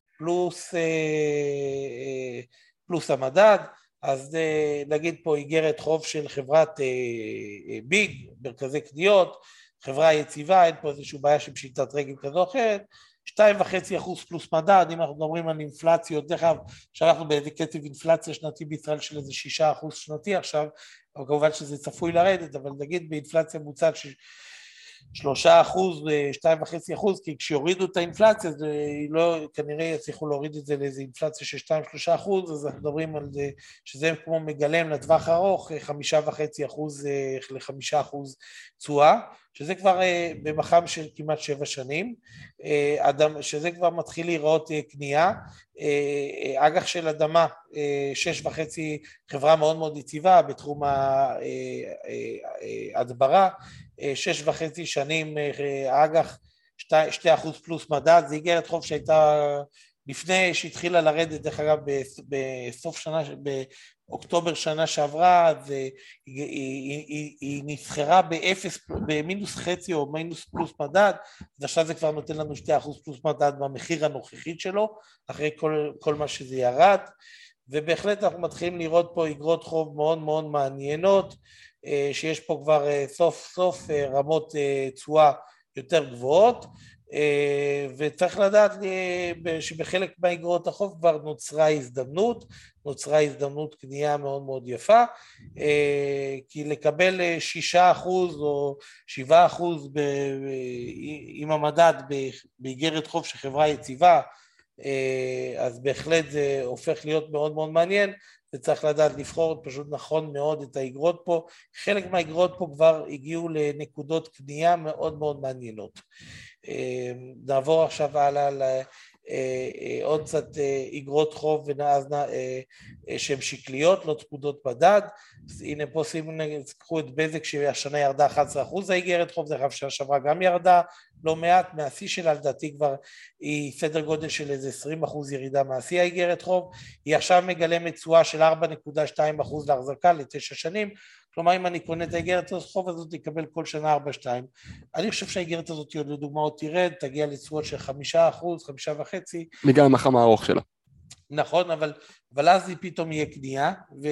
פלוס המדד. אז נגיד פה איגרת חוב של חברת ביג, מרכזי קניות, חברה יציבה, אין פה איזושהי בעיה של פשיטת רגל כזו או אחרת, 2.5% פלוס מדד. אם אנחנו מדברים על אינפלציות, דרך אגב, שאנחנו באיזה קצב אינפלציה שנתי בישראל של איזה 6% שנתי עכשיו, אבל כמובן שזה צפוי לרדת, אבל נגיד באינפלציה מוצעת של 3%, 2.5%, כי כשיורידו את האינפלציה, לא, כנראה יצליחו להוריד את זה לאיזו אינפלציה של 2-3%, אז אנחנו מדברים על זה, שזה כמו מגלם לטווח ארוך, 5.5% ל5% תשואה, שזה כבר במח"מ של כמעט 7 שנים, שזה כבר מתחיל להיראות קנייה. אג"ח של אדמה, 6.5, חברה מאוד מאוד יציבה בתחום ההדברה, 6.5 שנים אג"ח, 2% פלוס מדד. זה איגרת חוב שהייתה לפני שהתחילה לרדת, דרך אגב בסוף שנה, באוקטובר שנה שעברה, היא נסחרה במינוס חצי או מינוס פלוס מדד, אז עכשיו זה כבר נותן לנו 2% פלוס מדד במחיר הנוכחית שלו, אחרי כל מה שזה ירד, ובהחלט אנחנו מתחילים לראות פה אגרות חוב מאוד מאוד מעניינות, שיש פה כבר סוף סוף רמות תשואה יותר גבוהות, וצריך לדעת שבחלק מהאגרות החוב כבר נוצרה הזדמנות קנייה מאוד מאוד יפה, כי לקבל 6% או 7% עם המדד באגרת חוב של חברה יציבה, אז בהחלט זה הופך להיות מאוד מאוד מעניין, וצריך לדעת לבחור פשוט נכון מאוד את האגרות פה. חלק מהאגרות פה כבר הגיעו לנקודות קנייה מאוד מאוד מעניינות. נעבור עכשיו הלאה לעוד קצת אגרות חוב שהן שקליות, לא צמודות מדד. הנה פה קחו את בזק שהשנה ירדה 11%, האגרת חוב, זה חושב שהשברה גם ירדה לא מעט, מהשיא שלה לדעתי כבר היא סדר גודל של איזה 20% ירידה מהשיא האגרת חוב, היא עכשיו מגלמת תשואה של 4.2% להחזקה ל9 שנים, כלומר אם אני קונה את האגרת החוב הזאת תקבל כל שנה 4.2, אני חושב שהאגרת הזאת לדוגמה עוד תרד, תגיע לתשואות של 5%, 5.5%. בגלל המח"מ הארוך שלה. נכון, אבל אז היא פתאום יהיה קנייה,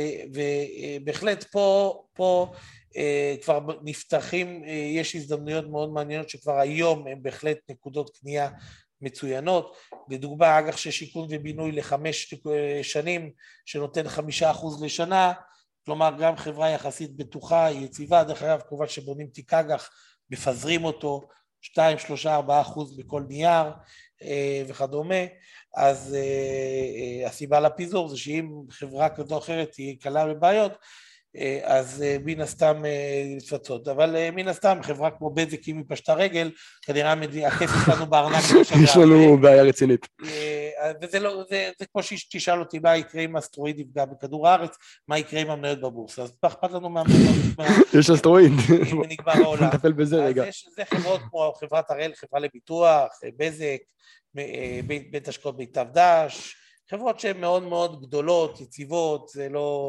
ובהחלט פה כבר נפתחים, יש הזדמנויות מאוד מעניינות שכבר היום הן בהחלט נקודות קנייה מצוינות. לדוגמה אג"ח של שיכון ובינוי ל5 שנים שנותן 5% לשנה, כלומר גם חברה יחסית בטוחה, יציבה, דרך אגב כמובן שבונים תיק אג"ח, מפזרים אותו 2, 3, 4% בכל נייר וכדומה, אז הסיבה לפיזור זה שאם חברה כזו או אחרת היא קלה בבעיות, אז מן הסתם לפצות, אבל מן הסתם חברה כמו בזק אם היא פשטה רגל, כנראה הכסף לנו בארנק. יש לנו בעיה רצינית. וזה לא, זה כמו שתשאל אותי מה יקרה אם אסטרואיד יפגע בכדור הארץ, מה יקרה עם המניות בבורסה, אז אכפת לנו יש אסטרואיד. אם נגמר העולם. נטפל בזה רגע. זה חברות כמו חברת הראל, חברה לביטוח, בזק, בית השקעות ביטב דש, חברות שהן מאוד מאוד גדולות, יציבות, זה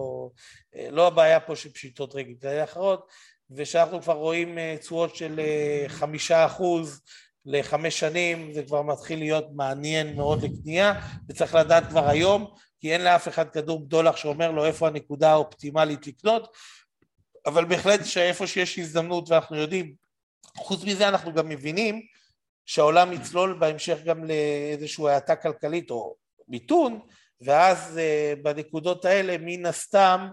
לא הבעיה פה של פשיטות רגל כאלה אחרות, ושאנחנו כבר רואים תשואות של 5% ל5 שנים, זה כבר מתחיל להיות מעניין מאוד לקנייה, וצריך לדעת כבר היום, כי אין לאף אחד כדור בדולח שאומר לו איפה הנקודה האופטימלית לקנות, אבל בהחלט שאיפה שיש הזדמנות ואנחנו יודעים, חוץ מזה אנחנו גם מבינים, שהעולם יצלול בהמשך גם לאיזושהי האטה כלכלית או מיתון, ואז בנקודות האלה מן הסתם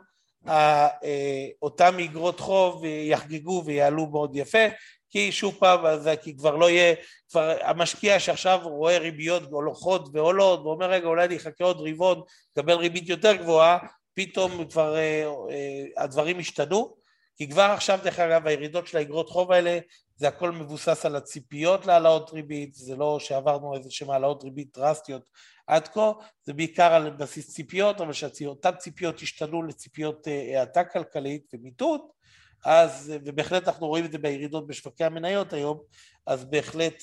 אותם אגרות חוב יחגגו ויעלו מאוד יפה, כי שוב פעם, כי כבר לא יהיה, כבר המשקיע שעכשיו רואה ריביות הולכות ועולות, ואומר רגע אולי אני אחכה עוד רבעון, קבל ריבית יותר גבוהה, פתאום כבר הדברים השתנו, כי כבר עכשיו דרך אגב הירידות של האגרות חוב האלה, זה הכל מבוסס על הציפיות להעלאות ריבית, זה לא שעברנו איזה שהן העלאות ריבית דרסטיות עד כה, זה בעיקר על בסיס ציפיות, אבל שאותן ציפיות השתנו לציפיות האטה כלכלית ומיתון, אז, ובהחלט אנחנו רואים את זה בירידות בשווקי המניות היום, אז בהחלט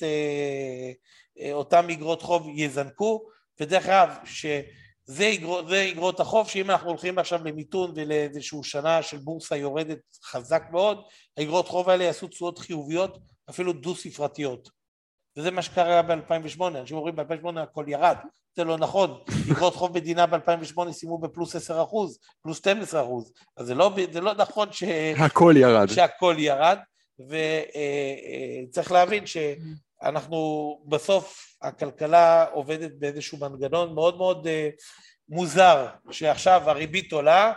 אותם אגרות חוב יזנקו, ודרך אגב, שזה אגרות החוב, שאם אנחנו הולכים עכשיו למיתון ולאיזשהו שנה של בורסה יורדת חזק מאוד, האגרות חוב האלה יעשו תשואות חיוביות, אפילו דו ספרתיות. וזה מה שקרה ב-2008, אנשים אומרים ב-2008 הכל ירד, זה לא נכון, אגרות חוב מדינה ב-2008 סיימו בפלוס 10%, פלוס 12%, אז זה לא נכון הכל ירד. שהכל ירד, וצריך להבין שאנחנו בסוף הכלכלה עובדת באיזשהו מנגנון מאוד מאוד מוזר, שעכשיו הריבית עולה,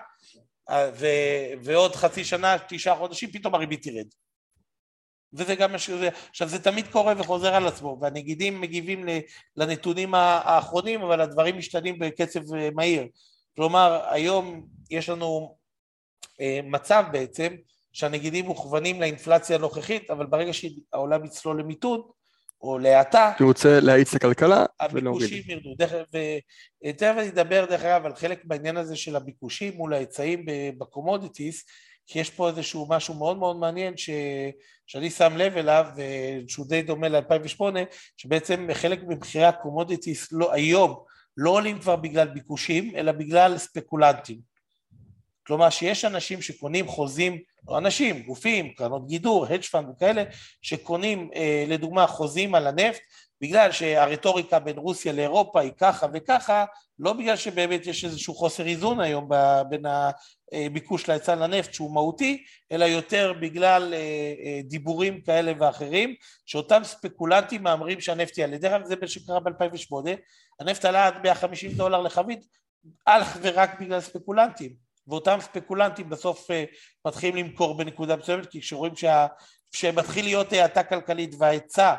ועוד חצי שנה, 9 חודשים, פתאום הריבית תירד. וזה גם משהו, עכשיו זה תמיד קורה וחוזר על עצמו, והנגידים מגיבים לנתונים האחרונים, אבל הדברים משתנים בקצב מהיר. כלומר, היום יש לנו מצב בעצם, שהנגידים מוכוונים לאינפלציה הנוכחית, אבל ברגע שהעולם יצלול למיתון, או להאטה, הוא רוצה להאיץ את הכלכלה, הביקושים ירדו. ותכף אני אדבר דרך אגב על חלק בעניין הזה של הביקושים מול ההיצעים בקומודיטיס, כי יש פה איזשהו משהו מאוד מאוד מעניין שאני שם לב אליו, שהוא די דומה ל-2008, שבעצם חלק ממחירי הקומודיטיס היום לא עולים כבר בגלל ביקושים, אלא בגלל ספקולנטים. כלומר שיש אנשים שקונים חוזים, או אנשים, גופים, קרנות גידור, hedge fund וכאלה, שקונים לדוגמה חוזים על הנפט, בגלל שהרטוריקה בין רוסיה לאירופה היא ככה וככה, לא בגלל שבאמת יש איזשהו חוסר איזון היום בין הביקוש להיצע לנפט שהוא מהותי, אלא יותר בגלל דיבורים כאלה ואחרים, שאותם ספקולנטים מאמרים שהנפט יעלה. דרך אגב זה מה שקרה ב-2008, הנפט עלה עד $150 לחבית, אך ורק בגלל ספקולנטים. ואותם ספקולנטים בסוף מתחילים למכור בנקודה מסוימת, כי כשרואים שמתחיל להיות האטה כלכלית וההיצע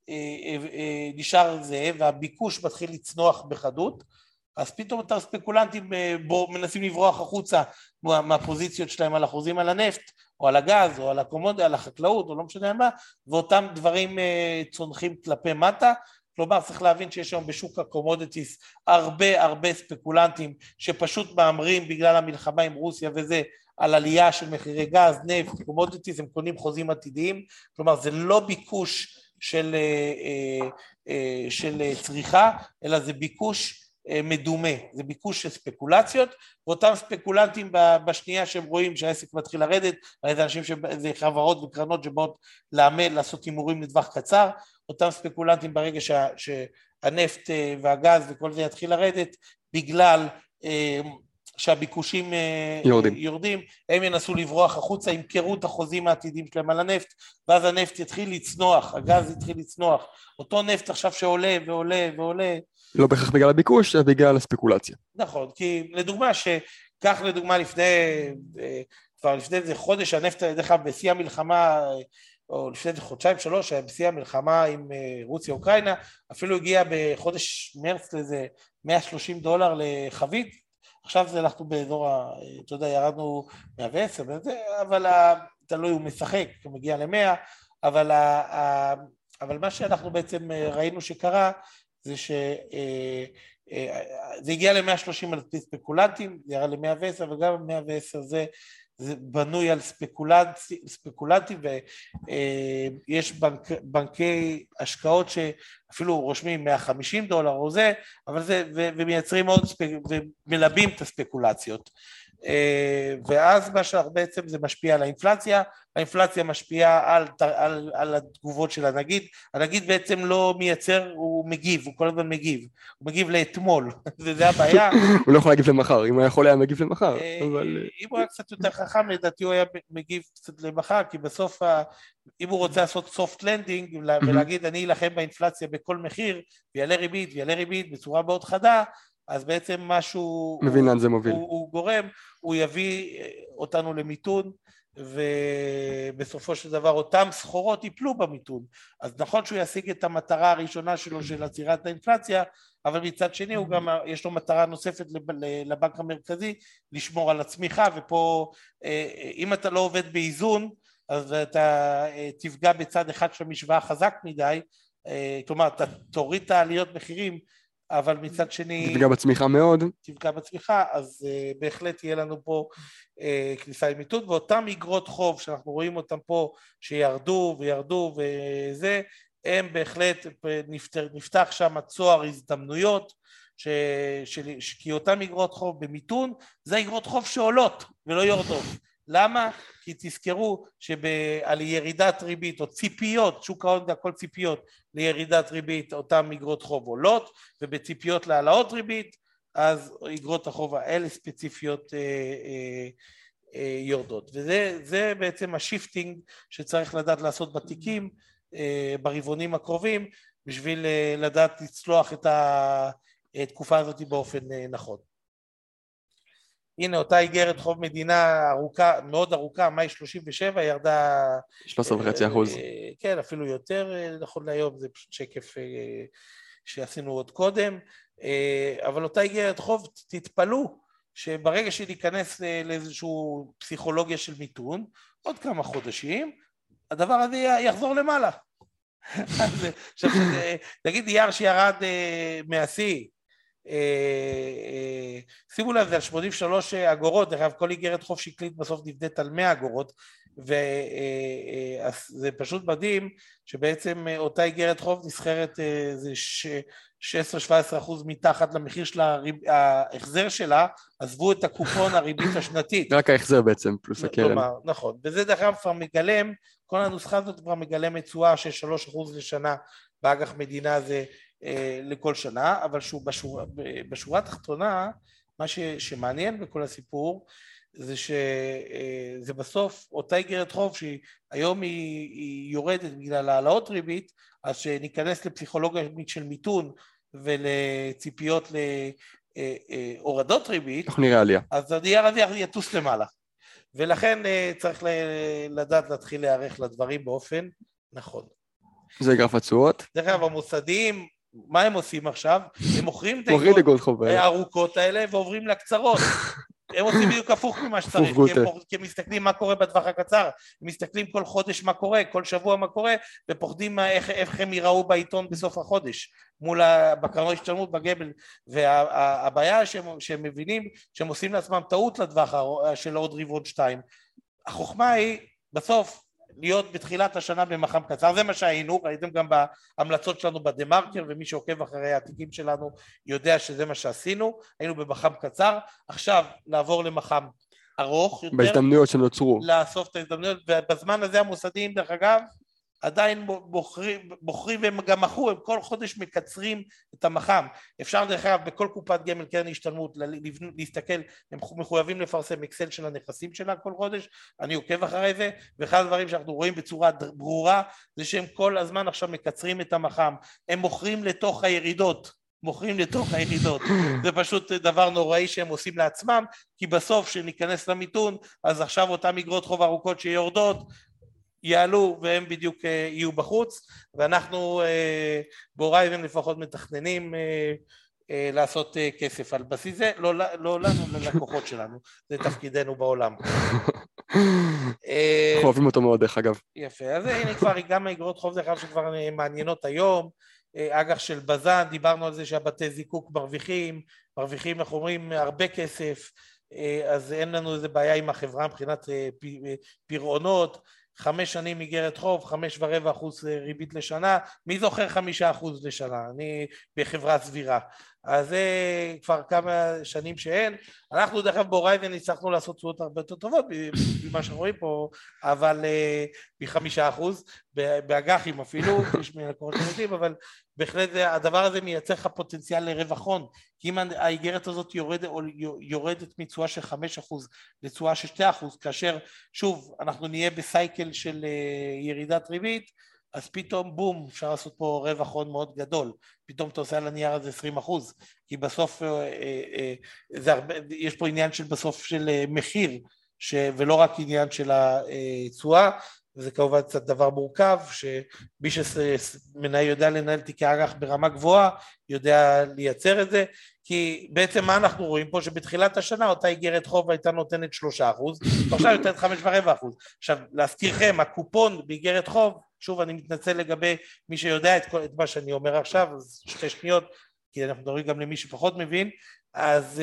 נשאר זה, והביקוש מתחיל לצנוח בחדות, אז פתאום אותם ספקולנטים מנסים לברוח החוצה מהפוזיציות שלהם על החוזים על הנפט, או על הגז, או על הקומודיה, על החקלאות, או לא משנה מה, ואותם דברים צונחים כלפי מטה. כלומר, צריך להבין שיש היום בשוק הקומודיטיס הרבה ספקולנטים שפשוט מאמרים בגלל המלחמה עם רוסיה וזה, על עלייה של מחירי גז, נפט, קומודיטיס, הם קונים חוזים עתידיים, כלומר זה לא ביקוש של צריכה, אלא זה ביקוש מדומה, זה ביקוש של ספקולציות, ואותם ספקולנטים בשנייה שהם רואים שהעסק מתחיל לרדת, זה אנשים זה חברות וקרנות שבאות לעשות הימורים לטווח קצר, אותם ספקולנטים ברגע שהנפט והגז וכל זה יתחיל לרדת, בגלל שהביקושים יורדים, הם ינסו לברוח החוצה, ימכרו את החוזים העתידים שלהם על הנפט, ואז הנפט יתחיל לצנוח, הגז יתחיל לצנוח, אותו נפט עכשיו שעולה ועולה ועולה, לא בהכרח בגלל הביקוש, אלא בגלל הספקולציה. נכון, כי לדוגמה כך לדוגמה כבר לפני איזה חודש, הנפט דרך אגב בשיא המלחמה, או לפני חודשיים 3, בשיא המלחמה עם רוסיה אוקראינה, אפילו הגיע בחודש מרץ לאיזה $130 לחבית, עכשיו זה אנחנו באזור, אתה יודע, ירדנו 110, אבל תלוי הוא משחק, הוא מגיע ל-100, אבל מה שאנחנו בעצם ראינו שקרה, זה שזה הגיע ל-130 על פי ספקולנטים, זה ירד ל-110, וגם 110 זה בנוי על ספקולנטים, ויש בנקי השקעות שאפילו רושמים $150 או זה, אבל זה, ומייצרים עוד, ומלבים את הספקולציות. ואז מה שבעצם זה משפיע על האינפלציה, האינפלציה משפיעה על התגובות של הנגיד, הנגיד בעצם לא מייצר, הוא מגיב, הוא כל הזמן מגיב, הוא מגיב לאתמול, וזה הבעיה. הוא לא יכול להגיב למחר, אם הוא יכול היה מגיב למחר. אם הוא היה קצת יותר חכם, לדעתי הוא היה מגיב קצת למחר, כי בסוף, אם הוא רוצה לעשות soft landing, ולהגיד אני אלחם באינפלציה בכל מחיר, ויעלה ריבית בצורה מאוד חדה, אז בעצם משהו הוא גורם, הוא יביא אותנו למיתון, ובסופו של דבר אותם סחורות ייפלו במיתון. אז נכון שהוא ישיג את המטרה הראשונה שלו של עצירת האינפלציה, אבל מצד שני הוא גם, יש לו מטרה נוספת לבנק המרכזי, לשמור על הצמיחה, ופה אם אתה לא עובד באיזון, אז אתה תפגע בצד אחד של המשוואה חזק מדי, כלומר אתה תוריד את העליות מחירים, אבל מצד שני... תפגע בצמיחה מאוד. תפגע בצמיחה, אז בהחלט יהיה לנו פה כניסה למיתון, ואותם אגרות חוב שאנחנו רואים אותם פה, שירדו וירדו וזה, הם בהחלט, נפתח שם צוהר הזדמנויות, כי אותם אגרות חוב במיתון, זה אגרות חוב שעולות ולא יורדות. למה? כי תזכרו שעל ירידת ריבית או ציפיות, שוק ההון הכל ציפיות לירידת ריבית, אותם אגרות חוב עולות, ובציפיות להעלאות ריבית, אז אגרות החוב האלה ספציפיות יורדות. וזה בעצם השיפטינג שצריך לדעת לעשות בתיקים, ברבעונים הקרובים, בשביל לדעת לצלוח את התקופה הזאת באופן נכון. הנה אותה איגרת חוב מדינה ארוכה, מאוד ארוכה, מאי 37, ירדה 13.5%. כן, אפילו יותר נכון להיום, זה פשוט שקף שעשינו עוד קודם, אבל אותה איגרת חוב, תתפלו שברגע שניכנס לאיזושהי פסיכולוגיה של מיתון, עוד כמה חודשים, הדבר הזה יחזור למעלה. עכשיו, נגיד נייר שירד מהשיא, שימו לב, זה על 83 אגורות, דרך אגב כל איגרת חוב שקלית בסוף נבדית על 100 אגורות, וזה פשוט מדהים שבעצם אותה איגרת חוב נסחרת זה 16-17% מתחת למחיר של ההחזר שלה, עזבו את הקופון הריבית השנתית. רק ההחזר בעצם, פלוס הקרן. נכון, וזה דרך אגב כבר מגלם, כל הנוסחה הזאת כבר מגלם תשואה של 3% לשנה, באג"ח מדינה זה לכל שנה, אבל בשורה התחתונה, מה שמעניין בכל הסיפור, זה שזה בסוף אותה איגרת חוב שהיום היא יורדת בגלל העלאות ריבית, אז שניכנס לפסיכולוגיה של מיתון ולציפיות להורדות ריבית, אנחנו נראה עלייה. אז הנייר הזה יטוס למעלה, ולכן צריך לדעת להתחיל להיערך לדברים באופן נכון. זה גרף התשואות. דרך אגב, המוסדיים, מה הם עושים עכשיו? הם מוכרים את הארוכות האלה ועוברים לקצרות. הם עושים בדיוק הפוך ממה שצריך, כי הם מסתכלים מה קורה בטווח הקצר, הם מסתכלים כל חודש מה קורה, כל שבוע מה קורה, ופוחדים איך הם ייראו בעיתון בסוף החודש, מול בקרנות השתלמות בגבל, והבעיה שהם מבינים שהם עושים לעצמם טעות לטווח של עוד רבעון 2. החוכמה היא בסוף להיות בתחילת השנה במח"מ קצר, זה מה שהיינו, ראיתם גם בהמלצות שלנו בדמרקר, ומי שעוקב אחרי התיקים שלנו יודע שזה מה שעשינו, היינו במח"מ קצר, עכשיו לעבור למח"מ ארוך יותר, בהזדמנויות שנוצרו, לאסוף את ההזדמנויות, ובזמן הזה המוסדיים דרך אגב, עדיין בוחרים והם גם מכרו, הם כל חודש מקצרים את המח"מ, אפשר דרך אגב בכל קופת גמל קרן השתלמות להסתכל, הם מחויבים לפרסם אקסל של הנכסים שלה כל חודש, אני עוקב אחרי זה, ואחד הדברים שאנחנו רואים בצורה ברורה, זה שהם כל הזמן עכשיו מקצרים את המח"מ, הם מוכרים לתוך הירידות, זה פשוט דבר נוראי שהם עושים לעצמם, כי בסוף שניכנס למיתון, אז עכשיו אותם אגרות חוב ארוכות שיורדות, יעלו והם בדיוק יהיו בחוץ, ואנחנו בהורייזן לפחות מתכננים לעשות כסף על בסיס זה, לא לנו, ללקוחות שלנו, זה תפקידנו בעולם. אנחנו אוהבים אותו מאוד דרך אגב. יפה, אז הנה כבר גם האגרות חוב דרך אגב שכבר מעניינות היום, אג"ח של בז"ן, דיברנו על זה שהבתי זיקוק מרוויחים, אנחנו אומרים הרבה כסף, אז אין לנו איזה בעיה עם החברה מבחינת פירעונות, 5 שנים איגרת חוב, 5.25% ריבית לשנה, מי זוכר 5% לשנה? אני בחברה סבירה. אז זה כבר כמה שנים שאין, אנחנו דרך אגב בהורייזן הצלחנו לעשות תשואות הרבה יותר טובות, במה שרואים פה, אבל ב5%, באג"חים אפילו, יש מלקוחות שנתיים, אבל בהחלט הדבר הזה מייצר לך פוטנציאל לרווח הון, כי אם האיגרת הזאת יורדת מתשואה של 5% לתשואה של 2%, כאשר שוב אנחנו נהיה בסייקל של ירידת ריבית, אז פתאום בום, אפשר לעשות פה רווח הון מאוד גדול, פתאום אתה עושה על הנייר הזה 20%, כי בסוף יש פה עניין של בסוף של מחיר, ולא רק עניין של התשואה, וזה כמובן קצת דבר מורכב, שמי שמנהל יודע לנהל תיקי אג"ח ברמה גבוהה, יודע לייצר את זה, כי בעצם מה אנחנו רואים פה, שבתחילת השנה אותה איגרת חוב הייתה נותנת 3%, ועכשיו היא נותנת 5.25%. עכשיו, להזכירכם, הקופון באיגרת חוב, שוב אני מתנצל לגבי מי שיודע את מה שאני אומר עכשיו, אז 2 שניות, כי אנחנו מדברים גם למי שפחות מבין, אז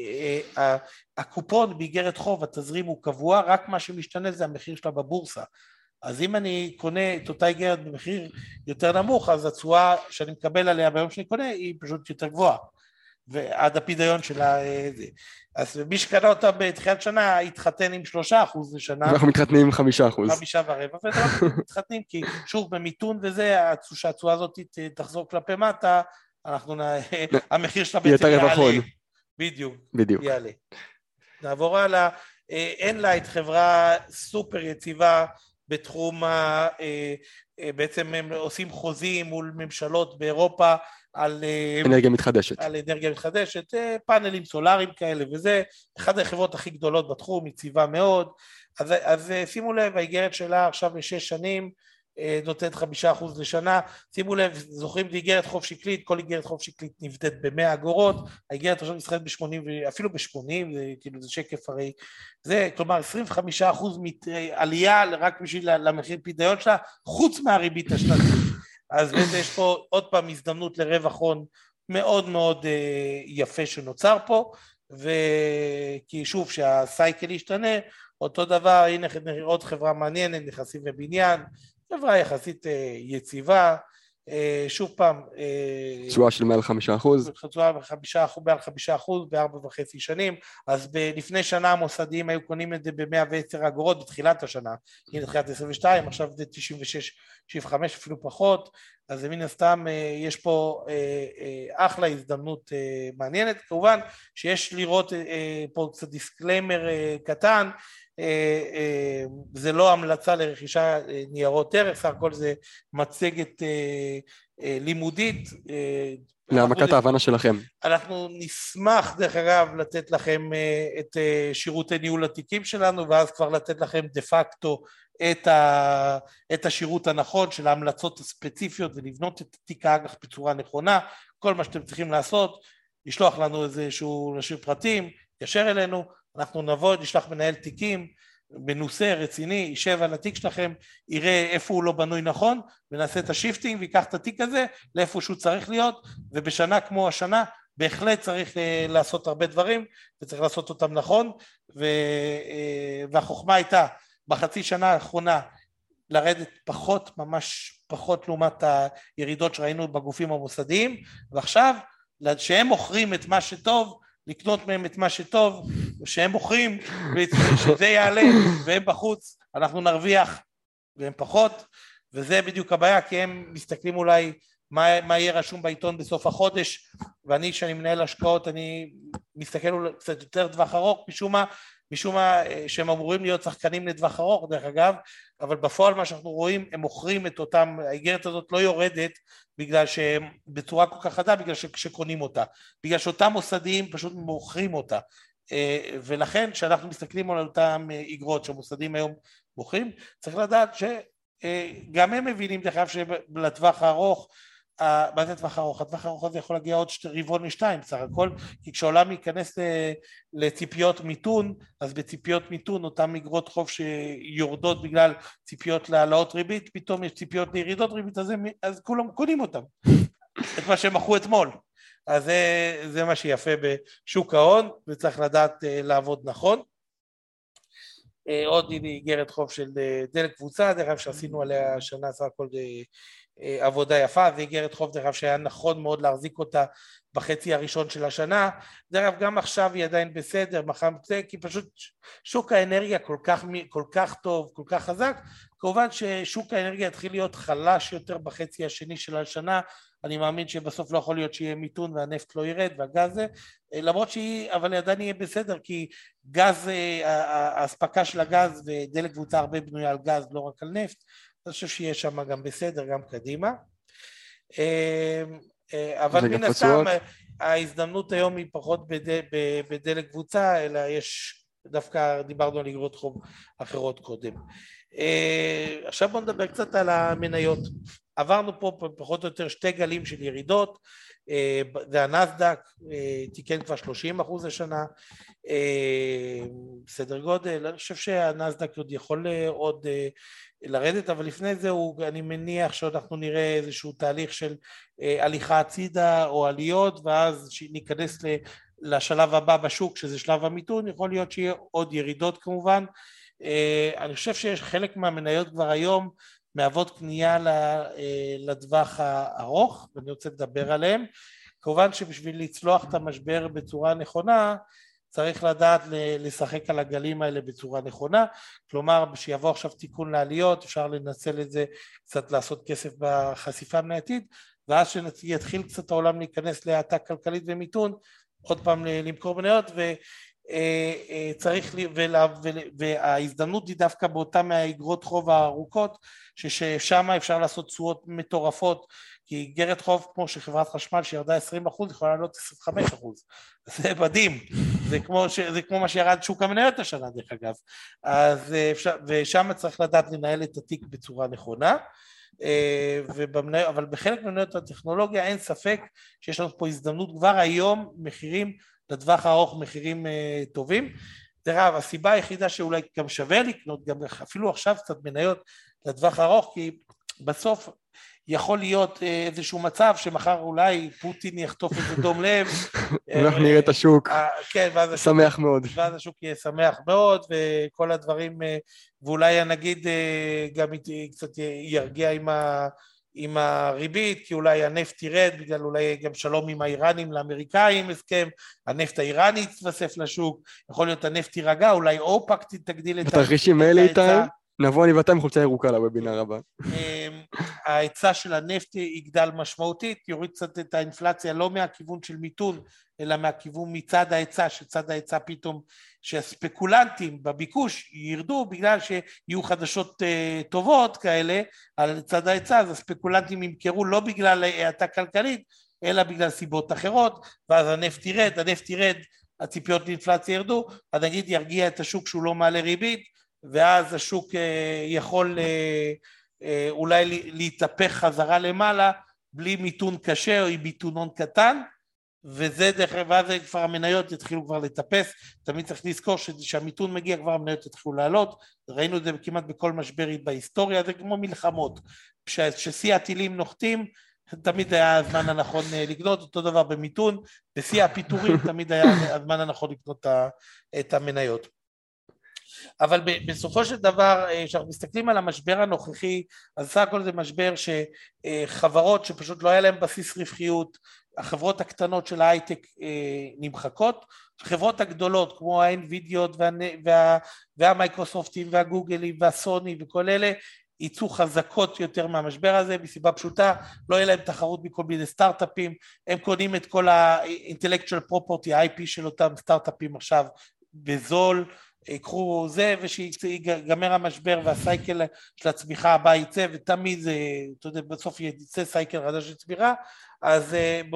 הקופון באיגרת חוב, התזרים הוא קבוע, רק מה שמשתנה זה המחיר שלה בבורסה. אז אם אני קונה את אותה איגרת במחיר יותר נמוך, אז התשואה שאני מקבל עליה ביום שאני קונה היא פשוט יותר גבוהה, ועד הפידיון שלה זה. אז מי שקנה אותה בתחילת שנה התחתן עם 3% לשנה. אנחנו מתחתנים עם 5%. 5.25%, ואנחנו מתחתנים כי שוב במיתון וזה, שהתשואה הזאת תחזור כלפי מטה, המחיר שלה בעצם יעלה. בדיוק. יעלה. נעבור הלאה, Enlight, חברה סופר יציבה בתחום, בעצם הם עושים חוזים מול ממשלות באירופה על אנרגיה מתחדשת. על אנרגיה מתחדשת, פאנלים סולאריים כאלה, וזה אחד החברות הכי גדולות בתחום, יציבה מאוד. אז שימו לב, האיגרת שלה עכשיו ל6 שנים, נותנת 5% לשנה. שימו לב, זוכרים איגרת חוב שקלית, כל איגרת חוב שקלית נבדית ב100 אגורות, האיגרת עכשיו נסחרת ב80, אפילו ב80, זה כאילו זה שקף הרי, זה כלומר 25% עלייה רק בשביל למחיר פידיון שלה, חוץ מהריבית השנתית. אז יש פה עוד פעם הזדמנות לרווח הון מאוד מאוד יפה שנוצר פה, וכי שוב שהסייקל ישתנה, אותו דבר, הנה עוד חברה מעניינת, נכנסים לבניין, חברה יחסית יציבה, שוב פעם, תשואה של מעל 5%. תשואה מעל 5% ב4.5 שנים, אז לפני שנה המוסדיים היו קונים את זה ב110 אגורות בתחילת השנה, הנה תחילת 22, עכשיו זה 96-75 אפילו פחות, אז מן הסתם יש פה אחלה הזדמנות מעניינת, כמובן שיש לראות פה קצת דיסקליימר קטן, זה לא המלצה לרכישה ניירות ערך, סך הכל זה מצגת לימודית. להעמקת ההבנה שלכם. אנחנו נשמח דרך אגב לתת לכם את שירותי ניהול התיקים שלנו, ואז כבר לתת לכם דה פקטו את השירות הנכון של ההמלצות הספציפיות, ולבנות את תיק האג"ח בצורה נכונה. כל מה שאתם צריכים לעשות, לשלוח לנו איזשהו נשאיר פרטים, ישר אלינו, אנחנו נבוא, נשלח מנהל תיקים, מנוסה, רציני, יישב על התיק שלכם, יראה איפה הוא לא בנוי נכון, ונעשה את השיפטינג, ויקח את התיק הזה לאיפה שהוא צריך להיות, ובשנה כמו השנה, בהחלט צריך לעשות הרבה דברים, וצריך לעשות אותם נכון, והחוכמה הייתה, בחצי שנה האחרונה, לרדת פחות, ממש פחות לעומת הירידות שראינו בגופים המוסדיים, ועכשיו, שהם מוכרים את מה שטוב, לקנות מהם את מה שטוב, שהם מוכרים, ושזה יעלה, והם בחוץ, אנחנו נרוויח, והם פחות, וזה בדיוק הבעיה, כי הם מסתכלים אולי מה יהיה רשום בעיתון בסוף החודש, ואני, שאני מנהל השקעות, אני מסתכל אולי קצת יותר טווח ארוך, משום מה שהם אמורים להיות שחקנים לטווח ארוך, דרך אגב, אבל בפועל מה שאנחנו רואים, הם מוכרים את אותם, האיגרת הזאת לא יורדת, בגלל שהם בצורה כל כך חדה, בגלל שקונים אותה, בגלל שאותם מוסדיים פשוט מוכרים אותה, ולכן כשאנחנו מסתכלים על אותם איגרות שהמוסדיים היום מוכרים, צריך לדעת שגם הם מבינים דרך אגב שלטווח הארוך, מה זה טווח ארוך? הטווח הארוך הזה יכול להגיע עוד רבעון לשתיים סך הכל, כי כשעולם ייכנס לציפיות מיתון, אז בציפיות מיתון אותם איגרות חוב שיורדות בגלל ציפיות להעלאות ריבית, פתאום יש ציפיות לירידות ריבית, אז כולם קונים אותם, את מה שהם מכרו אתמול. אז זה מה שיפה בשוק ההון, וצריך לדעת לעבוד נכון. עוד איגרת חוב של דלק קבוצה, דרך אגב שעשינו עליה השנה סך הכל עבודה יפה, זה איגרת חוב דרך אגב שהיה נכון מאוד להחזיק אותה בחצי הראשון של השנה, דרך אגב גם עכשיו היא עדיין בסדר, כי פשוט שוק האנרגיה כל כך טוב, כל כך חזק, כמובן ששוק האנרגיה יתחיל להיות חלש יותר בחצי השני של השנה, אני מאמין שבסוף לא יכול להיות שיהיה מיתון והנפט לא ירד והגז זה, למרות אבל עדיין יהיה בסדר, כי גז, ההספקה של הגז ודלק קבוצה הרבה בנויה על גז, לא רק על נפט, אני חושב שיהיה שם גם בסדר, גם קדימה. אבל מן הסתם, ההזדמנות היום היא פחות בדלק קבוצה, אלא יש, דווקא דיברנו על איגרות חוב אחרות קודם. עכשיו בואו נדבר קצת על המניות. עברנו פה פחות או יותר שתי גלים של ירידות, זה הנסדק, תיקן כבר 30% השנה, סדר גודל, אני חושב שהנסדק עוד יכול עוד לרדת, אבל לפני זה אני מניח שאנחנו נראה איזשהו תהליך של הליכה הצידה או עליות, ואז ניכנס לשלב הבא בשוק, שזה שלב המיתון, יכול להיות שיהיה עוד ירידות כמובן. אני חושב שיש חלק מהמניות כבר היום מהוות קנייה לטווח הארוך, ואני רוצה לדבר עליהם. כמובן שבשביל לצלוח את המשבר בצורה נכונה, צריך לדעת לשחק על הגלים האלה בצורה נכונה, כלומר שיבוא עכשיו תיקון לעליות, אפשר לנצל את זה קצת לעשות כסף בחשיפה מנייתית, ואז שיתחיל קצת העולם להיכנס להאטה כלכלית ומיתון, עוד פעם למכור מניות, וצריך, וההזדמנות היא דווקא באותם האגרות חוב הארוכות, ששם אפשר לעשות תשואות מטורפות, כי איגרת חוב כמו שחברת חשמל שירדה 20% יכולה לעלות 25%, זה מדהים, זה כמו מה שירד שוק המניות השנה דרך אגב, אז ושם צריך לדעת לנהל את התיק בצורה נכונה, אבל בחלק ממניות הטכנולוגיה אין ספק שיש לנו פה הזדמנות כבר היום, מחירים לטווח הארוך, מחירים טובים. דרך הסיבה היחידה שאולי גם שווה לקנות, גם אפילו עכשיו קצת מניות לטווח הארוך, כי בסוף יכול להיות איזשהו מצב שמחר אולי פוטין יחטוף את דום לב. אנחנו נראה את השוק, כן, שמח מאוד. ואז השוק יהיה שמח מאוד, וכל הדברים, ואולי נגיד גם קצת ירגיע עם הריבית, כי אולי הנפט ירד, בגלל אולי גם שלום עם האיראנים לאמריקאים הסכם, הנפט האיראני יתווסף לשוק, יכול להיות הנפט יירגע, אולי אופק תגדיל את בתרחישים האלה איתי, נבוא אני ואתה עם חולצה ירוקה לוובינר הבא. ההיצע של הנפט יגדל משמעותית, יוריד קצת את האינפלציה, לא מהכיוון של מיתון, אלא מהכיוון מצד ההיצע, שצד ההיצע פתאום, שהספקולנטים בביקוש ירדו, בגלל שיהיו חדשות טובות כאלה, על צד ההיצע, אז הספקולנטים ימכרו לא בגלל האטה כלכלית, אלא בגלל סיבות אחרות, ואז הנפט ירד, הציפיות לאינפלציה ירדו, אז נגיד ירגיע את השוק שהוא לא מעלה ריבית, ואז השוק יכול אולי להתהפך חזרה למעלה, בלי מיתון קשה או עם מיתונון קטן, וזה דרך ואז כבר המניות יתחילו כבר לטפס, תמיד צריך לזכור שהמיתון מגיע כבר המניות יתחילו לעלות, ראינו את זה כמעט בכל משבר בהיסטוריה, זה כמו מלחמות, כששיא הטילים נוחתים, תמיד היה הזמן הנכון לקנות, אותו דבר במיתון, בשיא הפיטורים תמיד היה הזמן הנכון לקנות את המניות. אבל בסופו של דבר, כשאנחנו מסתכלים על המשבר הנוכחי, אז סך הכל זה משבר שחברות שפשוט לא היה להם בסיס רווחיות, החברות הקטנות של ההייטק נמחקות, החברות הגדולות כמו ה-NVIDIA והמייקרוסופטים והגוגלים והסוני וכל אלה, ייצאו חזקות יותר מהמשבר הזה, בסיבה פשוטה, לא יהיה להם תחרות מכל מיני סטארט-אפים, הם קונים את כל ה-intellectual property, ה-IP של אותם סטארט-אפים עכשיו בזול, יקחו זה ושיגמר המשבר והסייקל של הצמיחה הבאה יצא, ותמיד זה, אתה יודע, בסוף יצא סייקל חדש של צמיחה, אז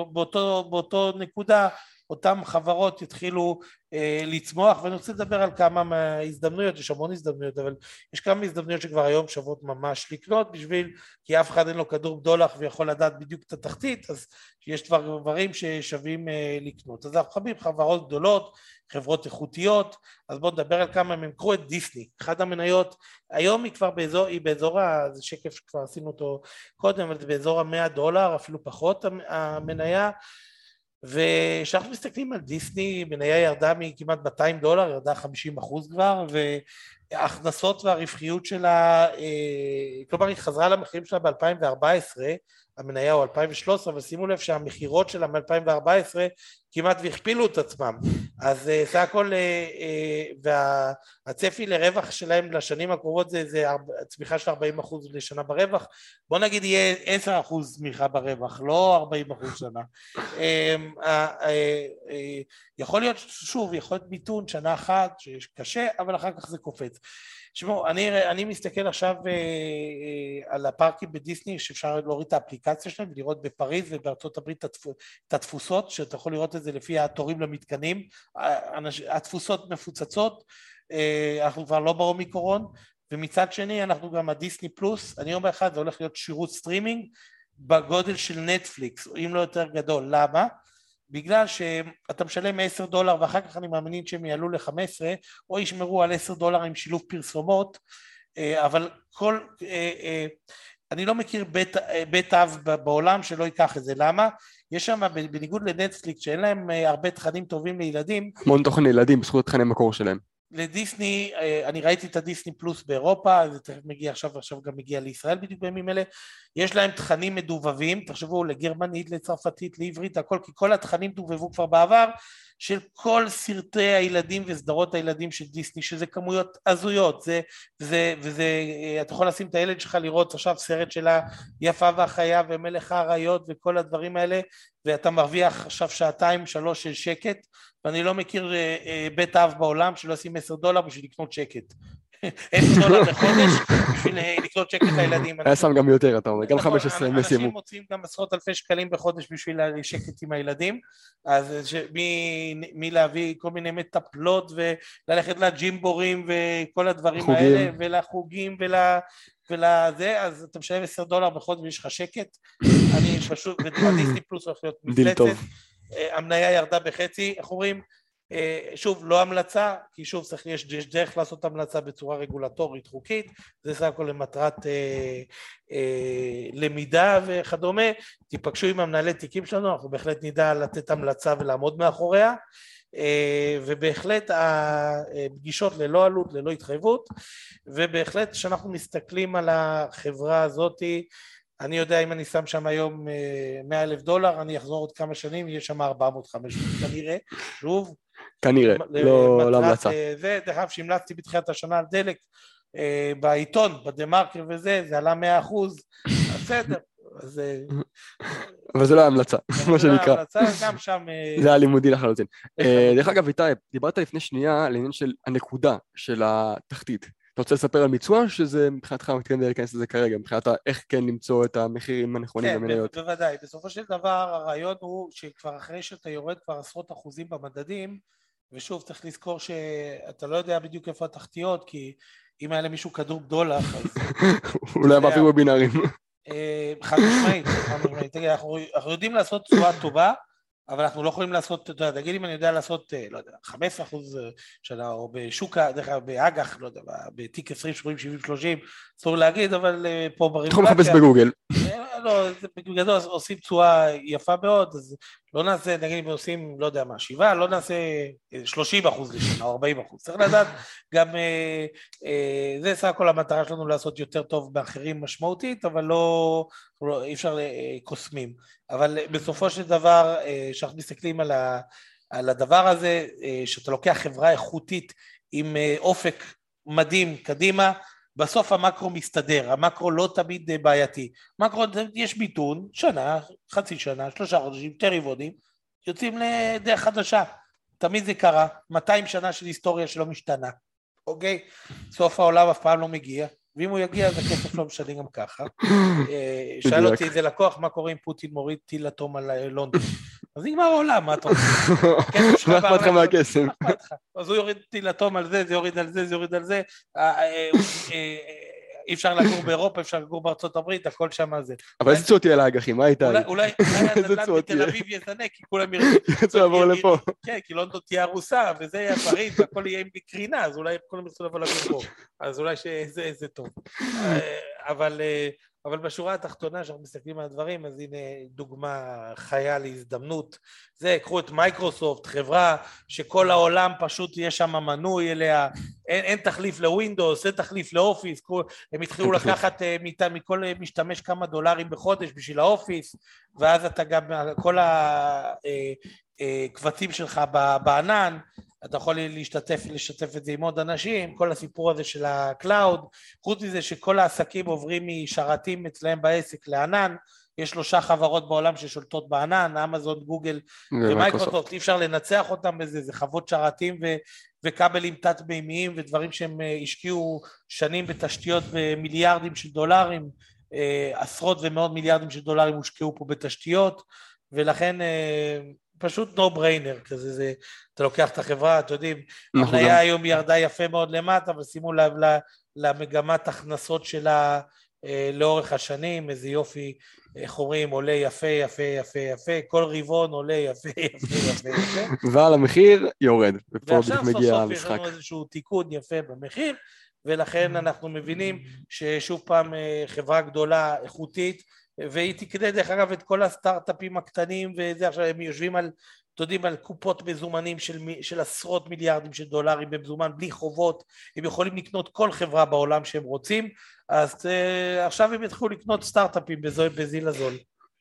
באותו נקודה אותם חברות יתחילו לצמוח, ואני רוצה לדבר על כמה מההזדמנויות, יש המון הזדמנויות, אבל יש כמה הזדמנויות שכבר היום שוות ממש לקנות בשביל, כי אף אחד אין לו כדור בדולח ויכול לדעת בדיוק את התחתית, אז יש דברים ששווים לקנות. אז אנחנו חבים חברות גדולות, חברות איכותיות, אז בואו נדבר על כמה, הם קחו את דיסני, אחד המניות, היום היא כבר באזור, זה שקף שכבר עשינו אותו קודם, אבל זה באזור $100, אפילו פחות המניה, ושאנחנו מסתכלים על דיסני, מניה ירדה מכמעט $200, ירדה 50% כבר, וההכנסות והרווחיות שלה, כלומר היא חזרה למחירים שלה ב-2014, המניה הוא 2013, אבל שימו לב שהמחירות שלה מ-2014 כמעט והכפילו את עצמם, אז סך הכל, והצפי לרווח שלהם לשנים הקרובות זה צמיחה של 40% לשנה ברווח, בוא נגיד יהיה 10% צמיחה ברווח, לא 40% שנה, יכול להיות שוב, יכול להיות מיתון שנה אחת שקשה, אבל אחר כך זה קופץ. שמעו, אני מסתכל עכשיו על הפארקים בדיסני, שאפשר להוריד את האפליקציה שלהם ולראות בפריז ובארצות הברית את התפוסות, שאתה יכול לראות את זה לפי התורים למתקנים, התפוסות מפוצצות, אנחנו כבר לא באומיקרון, ומצד שני אנחנו גם הדיסני פלוס, אני אומר אחד, זה הולך להיות שירות סטרימינג בגודל של נטפליקס, אם לא יותר גדול, למה? בגלל שאתה משלם $10 ואחר כך אני מאמין שהם יעלו ל-15 או ישמרו על $10 עם שילוב פרסומות, אבל אני לא מכיר בית אב בעולם שלא ייקח את זה. למה? יש שם, בניגוד לנטפליקס, שאין להם הרבה תכנים טובים לילדים. המון תוכן לילדים, בזכות תכני מקור שלהם. לדיסני, אני ראיתי את הדיסני פלוס באירופה, זה תכף מגיע עכשיו גם מגיע לישראל בדיוק בימים אלה, יש להם תכנים מדובבים, תחשבו לגרמנית, לצרפתית, לעברית, הכל, כי כל התכנים דובבו כבר בעבר, של כל סרטי הילדים וסדרות הילדים של דיסני, שזה כמויות הזויות, אתה יכול לשים את הילד שלך לראות עכשיו סרט של היפה והחיה ומלך האריות וכל הדברים האלה, ואתה מרוויח עכשיו 2-3 של שקט, ואני לא מכיר בית אב בעולם שלא עושים $10 בשביל לקנות שקט. $10 לחודש בשביל לקנות שקט לילדים. היה שם גם יותר, אתה אומר, גם 15 הם סיימו. אנשים מוצאים גם עשרות אלפי שקלים בחודש בשביל שקט עם הילדים, אז מלהביא כל מיני מטפלות וללכת לג'ימבורים וכל הדברים האלה, ולחוגים ולזה, אז אתה משלם $10 בחודש ויש לך שקט. אני פשוט, ודיסני פלוס הולך להיות מפלצת. המניה ירדה בחצי, איך אומרים? שוב, לא המלצה, כי שוב יש דרך לעשות המלצה בצורה רגולטורית חוקית, זה סך הכל למטרת למידה וכדומה. תיפגשו עם המנהלי תיקים שלנו, אנחנו בהחלט נדע לתת המלצה ולעמוד מאחוריה, ובהחלט הפגישות ללא עלות, ללא התחייבות, ובהחלט שאנחנו מסתכלים על החברה הזאת, אני יודע אם אני שם שם היום $100,000, אני אחזור עוד כמה שנים, יהיה שם 400-500 כנראה, שוב. כנראה, לא המלצה. זה, דרך אגב, שהמלצתי בתחילת השנה על דלק, בעיתון, בדמרקר וזה, זה עלה 100%, בסדר. אבל זה לא המלצה, מה שנקרא. גם שם... זה היה לימודי לחלוטין. דרך אגב, איתי, דיברת לפני שנייה על עניין של הנקודה של התחתית. אתה רוצה לספר על מיצוע, שזה מבחינתך מתכוון להיכנס לזה כרגע, מבחינת איך כן למצוא את המחירים הנכונים במניות? כן, בוודאי. בסופו של דבר הרעיון הוא שכבר אחרי שאתה יורד כבר עשרות אחוזים במדדים, ושוב צריך לזכור שאתה לא יודע בדיוק איפה התחתיות, כי אם היה למישהו כדור בדולר, אז... אולי באפים בינאריים. חד משמעית. אנחנו יודעים לעשות תשואה טובה, אבל אנחנו לא יכולים לעשות, אתה יודע, תגיד אם אני יודע לעשות, לא יודע, 15% שלה, או בשוק, באג"ח, לא יודע, בתיק 20, 80, 70, 30, אסור להגיד, אבל פה ברגולציה... תוכל לחפש בגוגל. לא, בגדול עושים תשואה יפה מאוד, אז לא נעשה, נגיד אם עושים, לא יודע מה, 7, לא נעשה 30% לשנה, או 40%. צריך לדעת, גם זה סך הכל המטרה שלנו לעשות יותר טוב באחרים משמעותית, אבל לא, אי אפשר קוסמים. אבל בסופו של דבר, שאנחנו מסתכלים על הדבר הזה, שאתה לוקח חברה איכותית עם אופק מדהים קדימה, בסוף המקרו מסתדר, המקרו לא תמיד בעייתי. מקרו, יש ביטון, שנה, חצי שנה, 3 חודשים, 2 רבעונים, יוצאים לדרך חדשה. תמיד זה קרה, 200 שנה של היסטוריה שלא משתנה, אוקיי? סוף העולם אף פעם לא מגיע, ואם הוא יגיע אז הכסף לא משנה גם ככה. שאל אותי איזה לקוח, מה קורה אם פוטין מוריד טיל אטום על לונדון? אז נגמר העולם, מה אתה רוצה? מה אכפת לך מהכסף? אז הוא יוריד טיל אטום על זה, זה יוריד על זה, זה יוריד על זה. אי אפשר לגור באירופה, אפשר לגור בארצות הברית, הכל שם זה. אבל איזה צותי על האג"חים, מה הייתה? אולי הנדל"ן בתל אביב יזנה, כי כולם ירצו לעבור לפה. כן, כי לונדון תהיה הרוסה, וזה יהיה פריז, והכל יהיה עם קרינה, אז אולי כולם ירצו לבוא לגור פה. אז אולי שזה טוב. אבל בשורה התחתונה שאנחנו מסתכלים על הדברים, אז הנה דוגמה חיה להזדמנות. זה, קחו את מייקרוסופט, חברה שכל העולם פשוט יש שם מנוי אליה, אין תחליף לווינדוס, אין תחליף לאופיס, הם התחילו לקחת מכל משתמש כמה דולרים בחודש בשביל האופיס, ואז אתה גם, כל הקבצים שלך בענן, אתה יכול לשתף את זה עם עוד אנשים, כל הסיפור הזה של הקלאוד, חוץ מזה שכל העסקים עוברים משרתים אצלהם בעסק לענן, יש 3 חברות בעולם ששולטות בענן, אמזון, גוגל ומייקרוסופט, אי אפשר לנצח אותם בזה, זה חוות שרתים וכבלים תת-מימיים ודברים שהם השקיעו שנים בתשתיות במיליארדים של דולרים, עשרות ומאות מיליארדים של דולרים הושקעו פה בתשתיות, ולכן פשוט no brainer כזה, זה, אתה לוקח את החברה, אתה יודעים, המניה היום ירדה יפה מאוד למטה, אבל שימו לב למגמת הכנסות שלה לאורך השנים, איזה יופי, איך אומרים, עולה יפה, יפה, יפה, יפה, כל רבעון עולה יפה, יפה, יפה, יפה. ועל המחיר יורד, ופה ועכשיו מגיע סוף סוף המשחק. יש לנו איזשהו תיקון יפה במחיר, ולכן אנחנו מבינים ששוב פעם חברה גדולה, איכותית, והיא תקנה דרך אגב את כל הסטארט-אפים הקטנים, וזה עכשיו הם יושבים על, יודעים, על קופות מזומנים של עשרות מיליארדים של דולרים במזומן, בלי חובות, הם יכולים לקנות כל חברה בעולם שהם רוצים, אז עכשיו הם יתחילו לקנות סטארט-אפים בזיל הזול.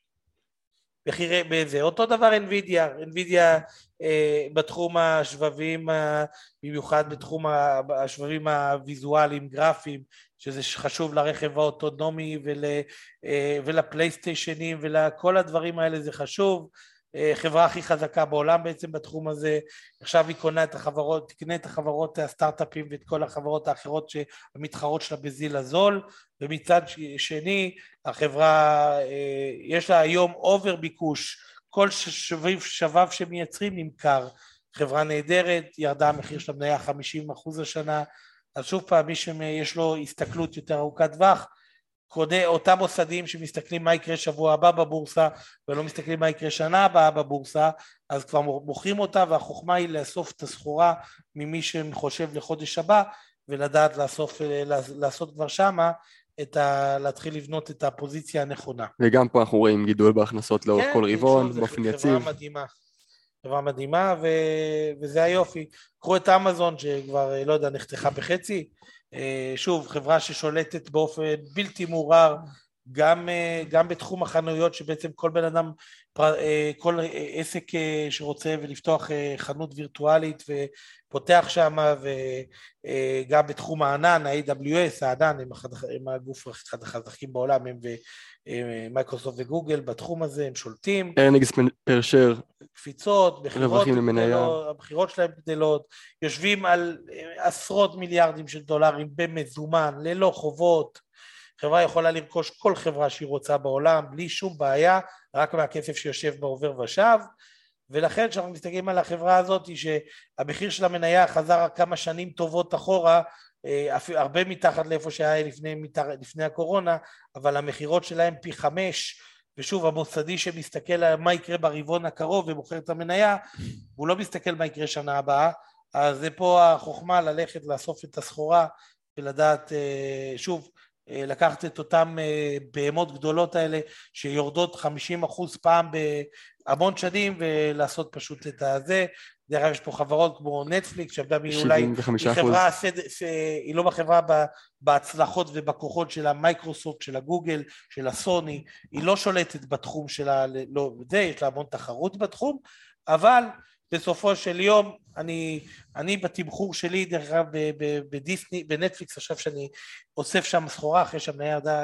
מחירי בזה, אותו דבר NVIDIA בתחום השבבים, במיוחד בתחום השבבים הוויזואליים, גרפיים, שזה חשוב לרכב האוטונומי ולפלייסטיישנים ולכל הדברים האלה זה חשוב, חברה הכי חזקה בעולם בעצם בתחום הזה, עכשיו היא קונה את החברות, תקנה את החברות הסטארט-אפים ואת כל החברות האחרות שהמתחרות שלה בזיל הזול, ומצד שני החברה יש לה היום אובר ביקוש, כל שבב שמייצרים נמכר, חברה נהדרת, ירדה המחיר של המניה 50% השנה, אז שוב פעם מי שיש לו הסתכלות יותר ארוכת טווח, קונה אותם מוסדים שמסתכלים מה יקרה שבוע הבא בבורסה ולא מסתכלים מה יקרה שנה הבאה בבורסה, אז כבר מוכרים אותה, והחוכמה היא לאסוף את הסחורה ממי שחושב לחודש הבא ולדעת לעשות כבר שמה, להתחיל לבנות את הפוזיציה הנכונה. וגם פה אנחנו רואים גידול בהכנסות לאורך כל רבעון, באופן יציב. חברה מדהימה, וזה היופי. קחו את אמזון שכבר, לא יודע, נחתכה בחצי, שוב, חברה ששולטת באופן בלתי מעורר, גם בתחום החנויות, שבעצם כל בן אדם, כל עסק שרוצה ולפתוח חנות וירטואלית ופותח שם, וגם בתחום הענן, ה-AWS, הענן, הם הגוף אחד החזקים בעולם, הם ומייקרוסופט וגוגל, בתחום הזה הם שולטים. earnings per share. קפיצות, הבחירות שלהם גדלות, יושבים על עשרות מיליארדים של דולרים במזומן, ללא חובות, חברה יכולה לרכוש כל חברה שהיא רוצה בעולם, בלי שום בעיה, רק מהכסף שיושב בעובר ושב, ולכן כשאנחנו מסתכלים על החברה הזאת, שהמחיר של המניה חזר כמה שנים טובות אחורה, הרבה מתחת לאיפה שהיה לפני הקורונה, אבל המחירות שלהם פי 5, ושוב המוסדי שמסתכל על מה יקרה ברבעון הקרוב ומוכר את המניה, הוא לא מסתכל מה יקרה שנה הבאה, אז זה פה החוכמה ללכת לאסוף את הסחורה, ולדעת שוב, לקחת את אותם בהמות גדולות האלה שיורדות 50% פעם בהמון שנים ולעשות פשוט את הזה. דרך אגב יש פה חברות כמו נטפליקס שעבדה אולי חברה, היא לא בחברה בהצלחות ובכוחות של המייקרוסופט, של הגוגל, של הסוני, היא לא שולטת בתחום שלה, לא, יש לה המון תחרות בתחום, אבל בסופו של יום, אני בתמחור שלי, דרך אגב, בדיסני, בנטפליקס, עכשיו שאני אוסף שם סחורה, אחרי שהמניה ירדה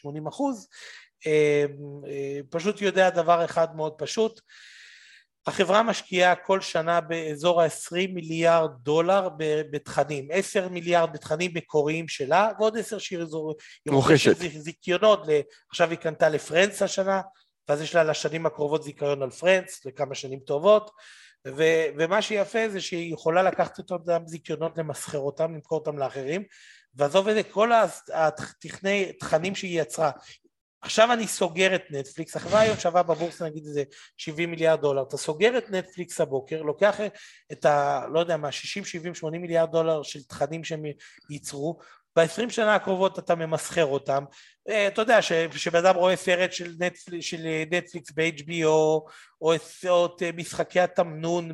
80%, פשוט יודע דבר אחד מאוד פשוט, החברה משקיעה כל שנה באזור ה-20 מיליארד דולר בתכנים, 10 מיליארד בתכנים מקוריים שלה, ועוד 10 שהיא רוכשת זיכיונות, עכשיו היא קנתה לפרנס השנה, ואז יש לה לשנים הקרובות זיכיון על פרנס, לכמה שנים טובות, ומה שיפה זה שהיא יכולה לקחת את אותם זיכיונות למסחר אותם, למכור אותם לאחרים, ועזוב את זה, כל התכנים שהיא יצרה, עכשיו אני סוגר את נטפליקס, החברה היום שווה בבורסה נגיד איזה 70 מיליארד דולר, אתה סוגר את נטפליקס הבוקר, לוקח את לא יודע מה, 60, 70, 80 מיליארד דולר של תכנים שהם ייצרו, ב-20 שנה הקרובות אתה ממסחר אותם, אתה יודע שבאדם רואה סרט של נטפליקס ב-HBO, או את משחקי התמנון,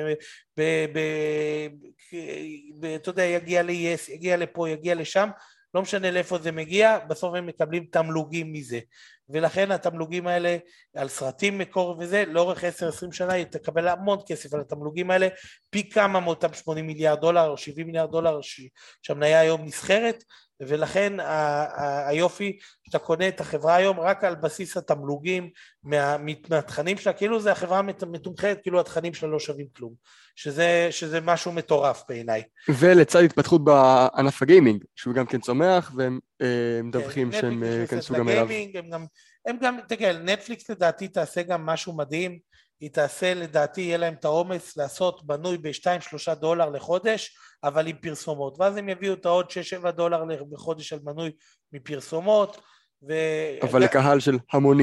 אתה יודע, יגיע ל-yes, יגיע לפה, יגיע לשם, לא משנה לאיפה זה מגיע, בסוף הם מקבלים תמלוגים מזה, ולכן התמלוגים האלה על סרטים מקור וזה, לאורך 10-20 שנה היא תקבל המון כסף על התמלוגים האלה, פי כמה מאותם 80 מיליארד דולר או 70 מיליארד דולר שהמניה היום נסחרת, ולכן היופי שאתה קונה את החברה היום רק על בסיס התמלוגים מהתכנים שלה, כאילו זה החברה מתומחרת, כאילו התכנים שלה לא שווים כלום, שזה משהו מטורף בעיניי. ולצד התפתחות בענף הגיימינג, שהוא גם כן צומח, והם מדווחים שהם כנסו גם אליו. הם גם, תגיד, נטפליקס לדעתי תעשה גם משהו מדהים, היא תעשה לדעתי, יהיה להם את האומץ לעשות בנוי ב$2-3 לחודש, אבל עם פרסומות, ואז הם יביאו את העוד $6-7 בחודש על מנוי מפרסומות. אבל לקהל של המונים.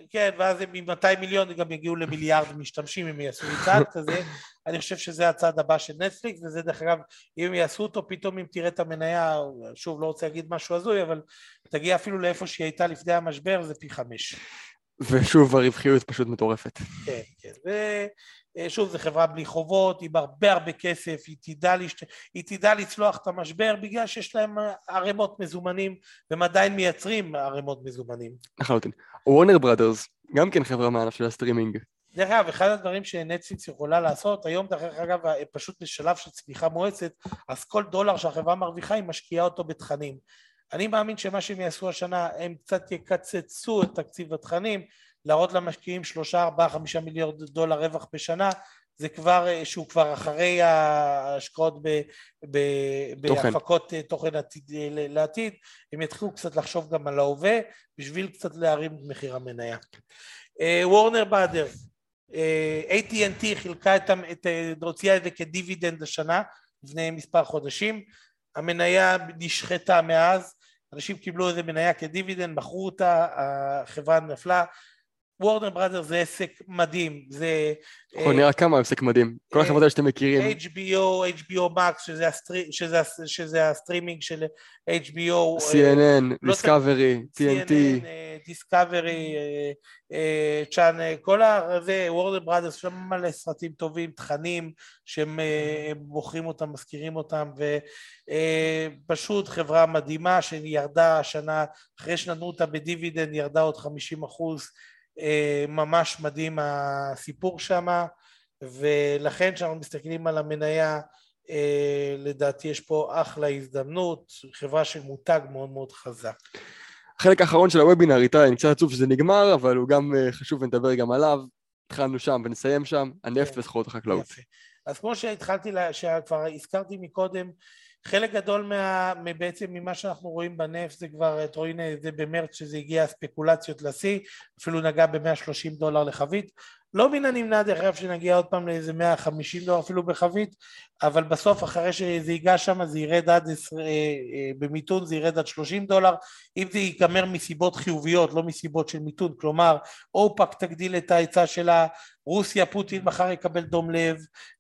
כן, ואז מ-200 מיליון גם יגיעו למיליארד משתמשים אם יעשו צעד כזה. אני חושב שזה הצעד הבא של נטפליקס, וזה דרך אגב, אם הם יעשו אותו, פתאום אם תראה את המניה, שוב לא רוצה להגיד משהו הזוי, אבל תגיע אפילו לאיפה שהיא הייתה לפני המשבר, זה פי 5. ושוב הרווחיות פשוט מטורפת. כן, כן, ושוב זו חברה בלי חובות, עם הרבה כסף, היא תדע לצלוח את המשבר, בגלל שיש להם ערימות מזומנים, והם עדיין מייצרים ערימות מזומנים. לחלוטין. וורנר בראדרס, גם כן חברה מענף של הסטרימינג. דרך אגב, אחד הדברים שנטפליקס יכולה לעשות, היום דרך אגב, פשוט בשלב של צמיחה מואצת, אז כל דולר שהחברה מרוויחה, היא משקיעה אותו בתכנים. אני מאמין שמה שהם יעשו השנה, הם קצת יקצצו את תקציב התכנים, להראות למשקיעים 3, 4, 5 מיליארד דולר רווח בשנה, זה כבר, שהוא כבר אחרי ההשקעות בהפקות תוכן לעתיד, הם יתחילו קצת לחשוב גם על ההווה, בשביל קצת להרים את מחיר המניה. וורנר בראדרס, AT&T חילקה הוציאה את זה כדיבידנד לשנה, לפני מספר חודשים, המניה נשחטה מאז, אנשים קיבלו איזה מניה כדיבידנד, מכרו אותה, החברה נפלה. וורנר בראדרס זה עסק מדהים, זה... נראה כמה עסק מדהים, כל החברות האלה שאתם מכירים. HBO Max, שזה הסטרימינג של HBO, CNN, Discovery, TNT, Discovery, צ'אנל, כל הזה, וורנר בראדרס, יש שם מלא סרטים טובים, תכנים, שהם מוכרים אותם, מזכירים אותם, ופשוט חברה מדהימה, שירדה השנה, אחרי שנתנו אותה בדיבידנד, ירדה עוד 50%, ממש מדהים הסיפור שם, ולכן כשאנחנו מסתכלים על המניה, לדעתי יש פה אחלה הזדמנות, חברה של מותג מאוד מאוד חזק. החלק האחרון של הוובינר, איתי, אני קצת עצוב שזה נגמר, אבל הוא גם חשוב ונדבר גם עליו, התחלנו שם ונסיים שם, הנפט וזכויות החקלאות. אז כמו שכבר הזכרתי מקודם, חלק גדול בעצם ממה שאנחנו רואים בנפט זה כבר, רואים זה במרץ שזה הגיע ספקולציות לשיא, אפילו נגע ב$130 לחבית, לא מן הנמנע דרך אגב שנגיע עוד פעם לאיזה $150 אפילו בחבית, אבל בסוף אחרי שזה ייגע שם זה ירד עד, במיתון זה ירד עד $30, אם זה ייגמר מסיבות חיוביות, לא מסיבות של מיתון, כלומר אופק תגדיל את ההיצע שלה, רוסיה, פוטין מחר יקבל דום לב,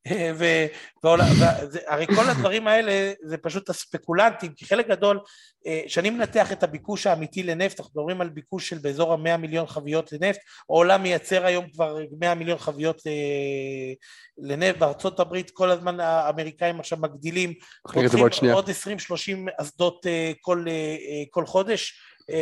הרי כל הדברים האלה זה פשוט הספקולנטים, כי חלק גדול, שאני מנתח את הביקוש האמיתי לנפט, אנחנו מדברים על ביקוש של באזור 100 מיליון חביות לנפט, העולם מייצר היום כבר 100 מיליון חביות לנפט, בארצות הברית כל הזמן האמריקאים עכשיו מגדילים, עוד 20-30 אסדות כל חודש,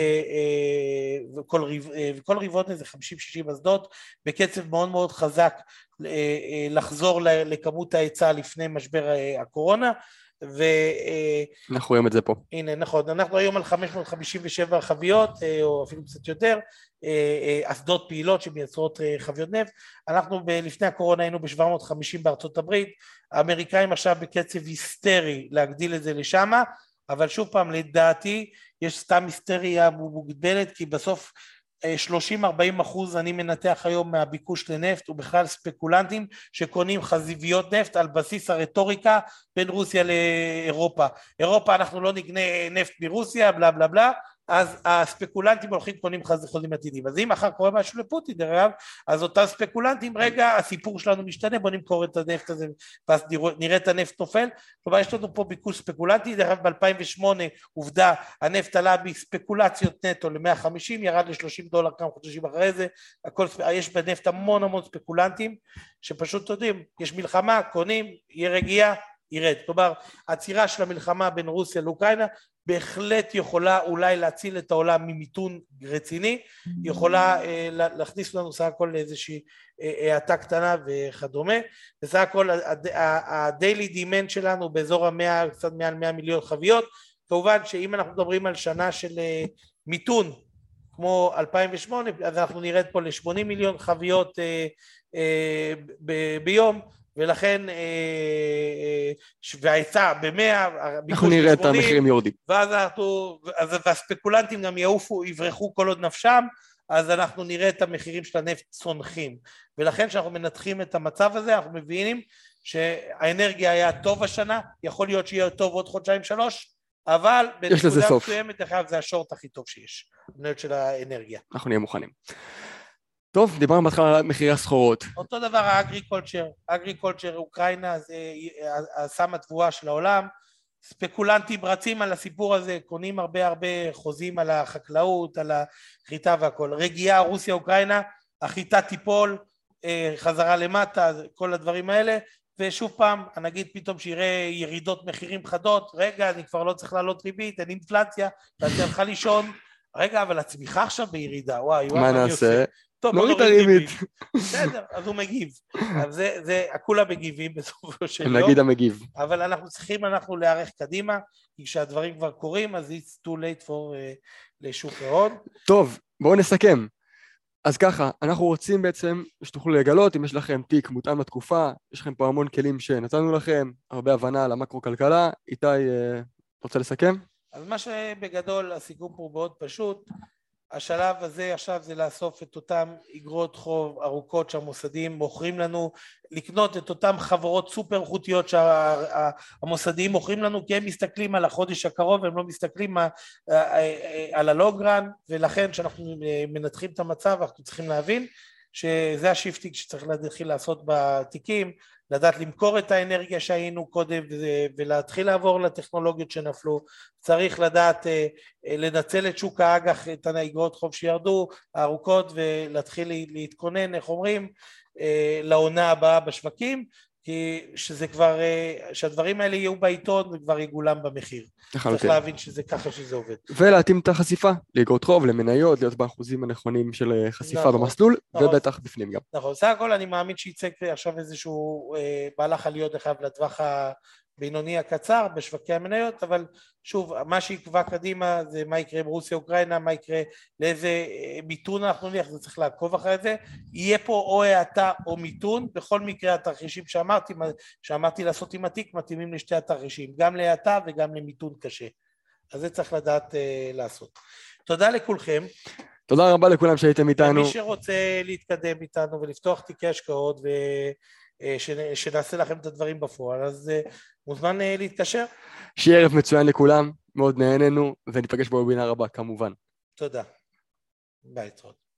וכל רבעון זה 50-60 אסדות, בקצב מאוד מאוד חזק לחזור לכמות ההיצע לפני משבר הקורונה, אנחנו רואים את זה פה. הנה, נכון, אנחנו היום על 557 חביות, או אפילו קצת יותר, אסדות פעילות שמייצרות חביות נפט, אנחנו לפני הקורונה היינו ב-750 בארצות הברית, האמריקאים עכשיו בקצב היסטרי להגדיל את זה לשם, אבל שוב פעם לדעתי יש סתם היסטריה מוגבלת, כי בסוף 30-40% אני מנתח היום מהביקוש לנפט, ובכלל ספקולנטים שקונים חזיביות נפט על בסיס הרטוריקה בין רוסיה לאירופה. אירופה אנחנו לא נקנה נפט מרוסיה, בלה בלה בלה, אז הספקולנטים הולכים קונים חוזים עתידים. אז אם אחר קורה משהו לפוטין, דרך אגב, אז אותם ספקולנטים, רגע, הסיפור שלנו משתנה, בוא נמכור את הנפט הזה, ואז נראה את הנפט נופל. כלומר, יש לנו פה ביקוש ספקולנטי, דרך אגב, ב-2008 עובדה, הנפט עלה בספקולציות נטו ל-150, ירד ל$30 כמה חודשים אחרי זה, יש בנפט המון ספקולנטים, שפשוט יודעים, יש מלחמה, קונים, יהיה רגיעה, ירד. כלומר, הצירה של המלחמה בין רוסיה לאוקראינה בהחלט יכולה אולי להציל את העולם ממיתון רציני, יכולה להכניס לנו סך הכל לאיזושהי האטה קטנה וכדומה, וסך הכל הדיילי דימנד שלנו באזור ה-100, קצת מעל 100 מיליון חביות, כמובן שאם אנחנו מדברים על שנה של מיתון, כמו 2008, אז אנחנו נרד פה ל-80 מיליון חביות ביום, ולכן וההיצע ב-100, אנחנו נראה את המחירים יורדים. והספקולנטים גם יברחו כל עוד נפשם, אז אנחנו נראה את המחירים של הנפט צונחים. ולכן כשאנחנו מנתחים את המצב הזה, אנחנו מבינים שהאנרגיה היה טוב השנה, יכול להיות שיהיה טוב עוד חודשיים-3, אבל בנקודה מסוימת זה השורט הכי טוב שיש, המניות של האנרגיה. אנחנו נהיה מוכנים. טוב, דיברנו בהתחלה על מחירי הסחורות. אותו דבר האגריקולצ'ר, אוקראינה זה הסם התבואה של העולם, ספקולנטים רצים על הסיפור הזה, קונים הרבה חוזים על החקלאות, על החיטה והכל. רגיעה, רוסיה, אוקראינה, החיטה תיפול, חזרה למטה, כל הדברים האלה, ושוב פעם, הנגיד פתאום שיראה ירידות מחירים חדות, רגע, אני כבר לא צריך לעלות ריבית, אין אינפלציה, ואתה הלכה לישון, רגע, אבל הצמיחה עכשיו בירידה, וואי, מה נעשה? טוב, נוריד את הריבית. בסדר, אז הוא מגיב. אז זה, כולה מגיבים בסופו של יום. נגיד המגיב. אבל אנחנו צריכים להיערך קדימה, כי כשהדברים כבר קורים, אז it's too late for לשוק ההון. טוב, בואו נסכם. אז ככה, אנחנו רוצים בעצם שתוכלו לגלות, אם יש לכם תיק מותאם לתקופה, יש לכם פה המון כלים שנתנו לכם, הרבה הבנה על המקרו-כלכלה. איתי, רוצה לסכם? אז מה שבגדול, הסיכום פה מאוד פשוט, השלב הזה עכשיו זה לאסוף את אותם אגרות חוב ארוכות שהמוסדיים מוכרים לנו, לקנות את אותם חברות סופר איכותיות שהמוסדיים מוכרים לנו, כי הם מסתכלים על החודש הקרוב, הם לא מסתכלים על הלונגרן, ולכן כשאנחנו מנתחים את המצב אנחנו צריכים להבין שזה השיפטינג שצריך להתחיל לעשות בתיקים, לדעת למכור את האנרגיה שהיינו קודם ולהתחיל לעבור לטכנולוגיות שנפלו, צריך לדעת לנצל את שוק האג"ח, את האגרות חוב שירדו, הארוכות, ולהתחיל להתכונן, איך אומרים, לעונה הבאה בשווקים, כי שזה כבר, שהדברים האלה יהיו בעיתון וכבר יגולם במחיר. צריך להבין שזה ככה שזה עובד. ולהתאים את החשיפה, לאגרות חוב, למניות, להיות באחוזים הנכונים של חשיפה במסלול, ובטח בפנים גם. נכון, סך הכל אני מאמין שיצא עכשיו איזשהו מהלך עליות לטווח הבינוני הקצר בשווקי המניות, אבל שוב, מה שיקבע קדימה זה מה יקרה עם רוסיה אוקראינה, מה יקרה, לאיזה מיתון אנחנו נלך, זה צריך לעקוב אחרי זה, יהיה פה או האטה או מיתון, בכל מקרה התרחישים שאמרתי לעשות עם התיק, מתאימים לשתי התרחישים, גם להאטה וגם למיתון קשה, אז זה צריך לדעת לעשות. תודה לכולכם. תודה רבה לכולם שהייתם איתנו. ומי שרוצה להתקדם איתנו ולפתוח תיקי השקעות שנעשה לכם את הדברים בפועל, אז מוזמן להתקשר. שיהיה ערב מצוין לכולם, מאוד נהנינו, וניפגש בוובינר הבא כמובן. תודה. ביי, תודה.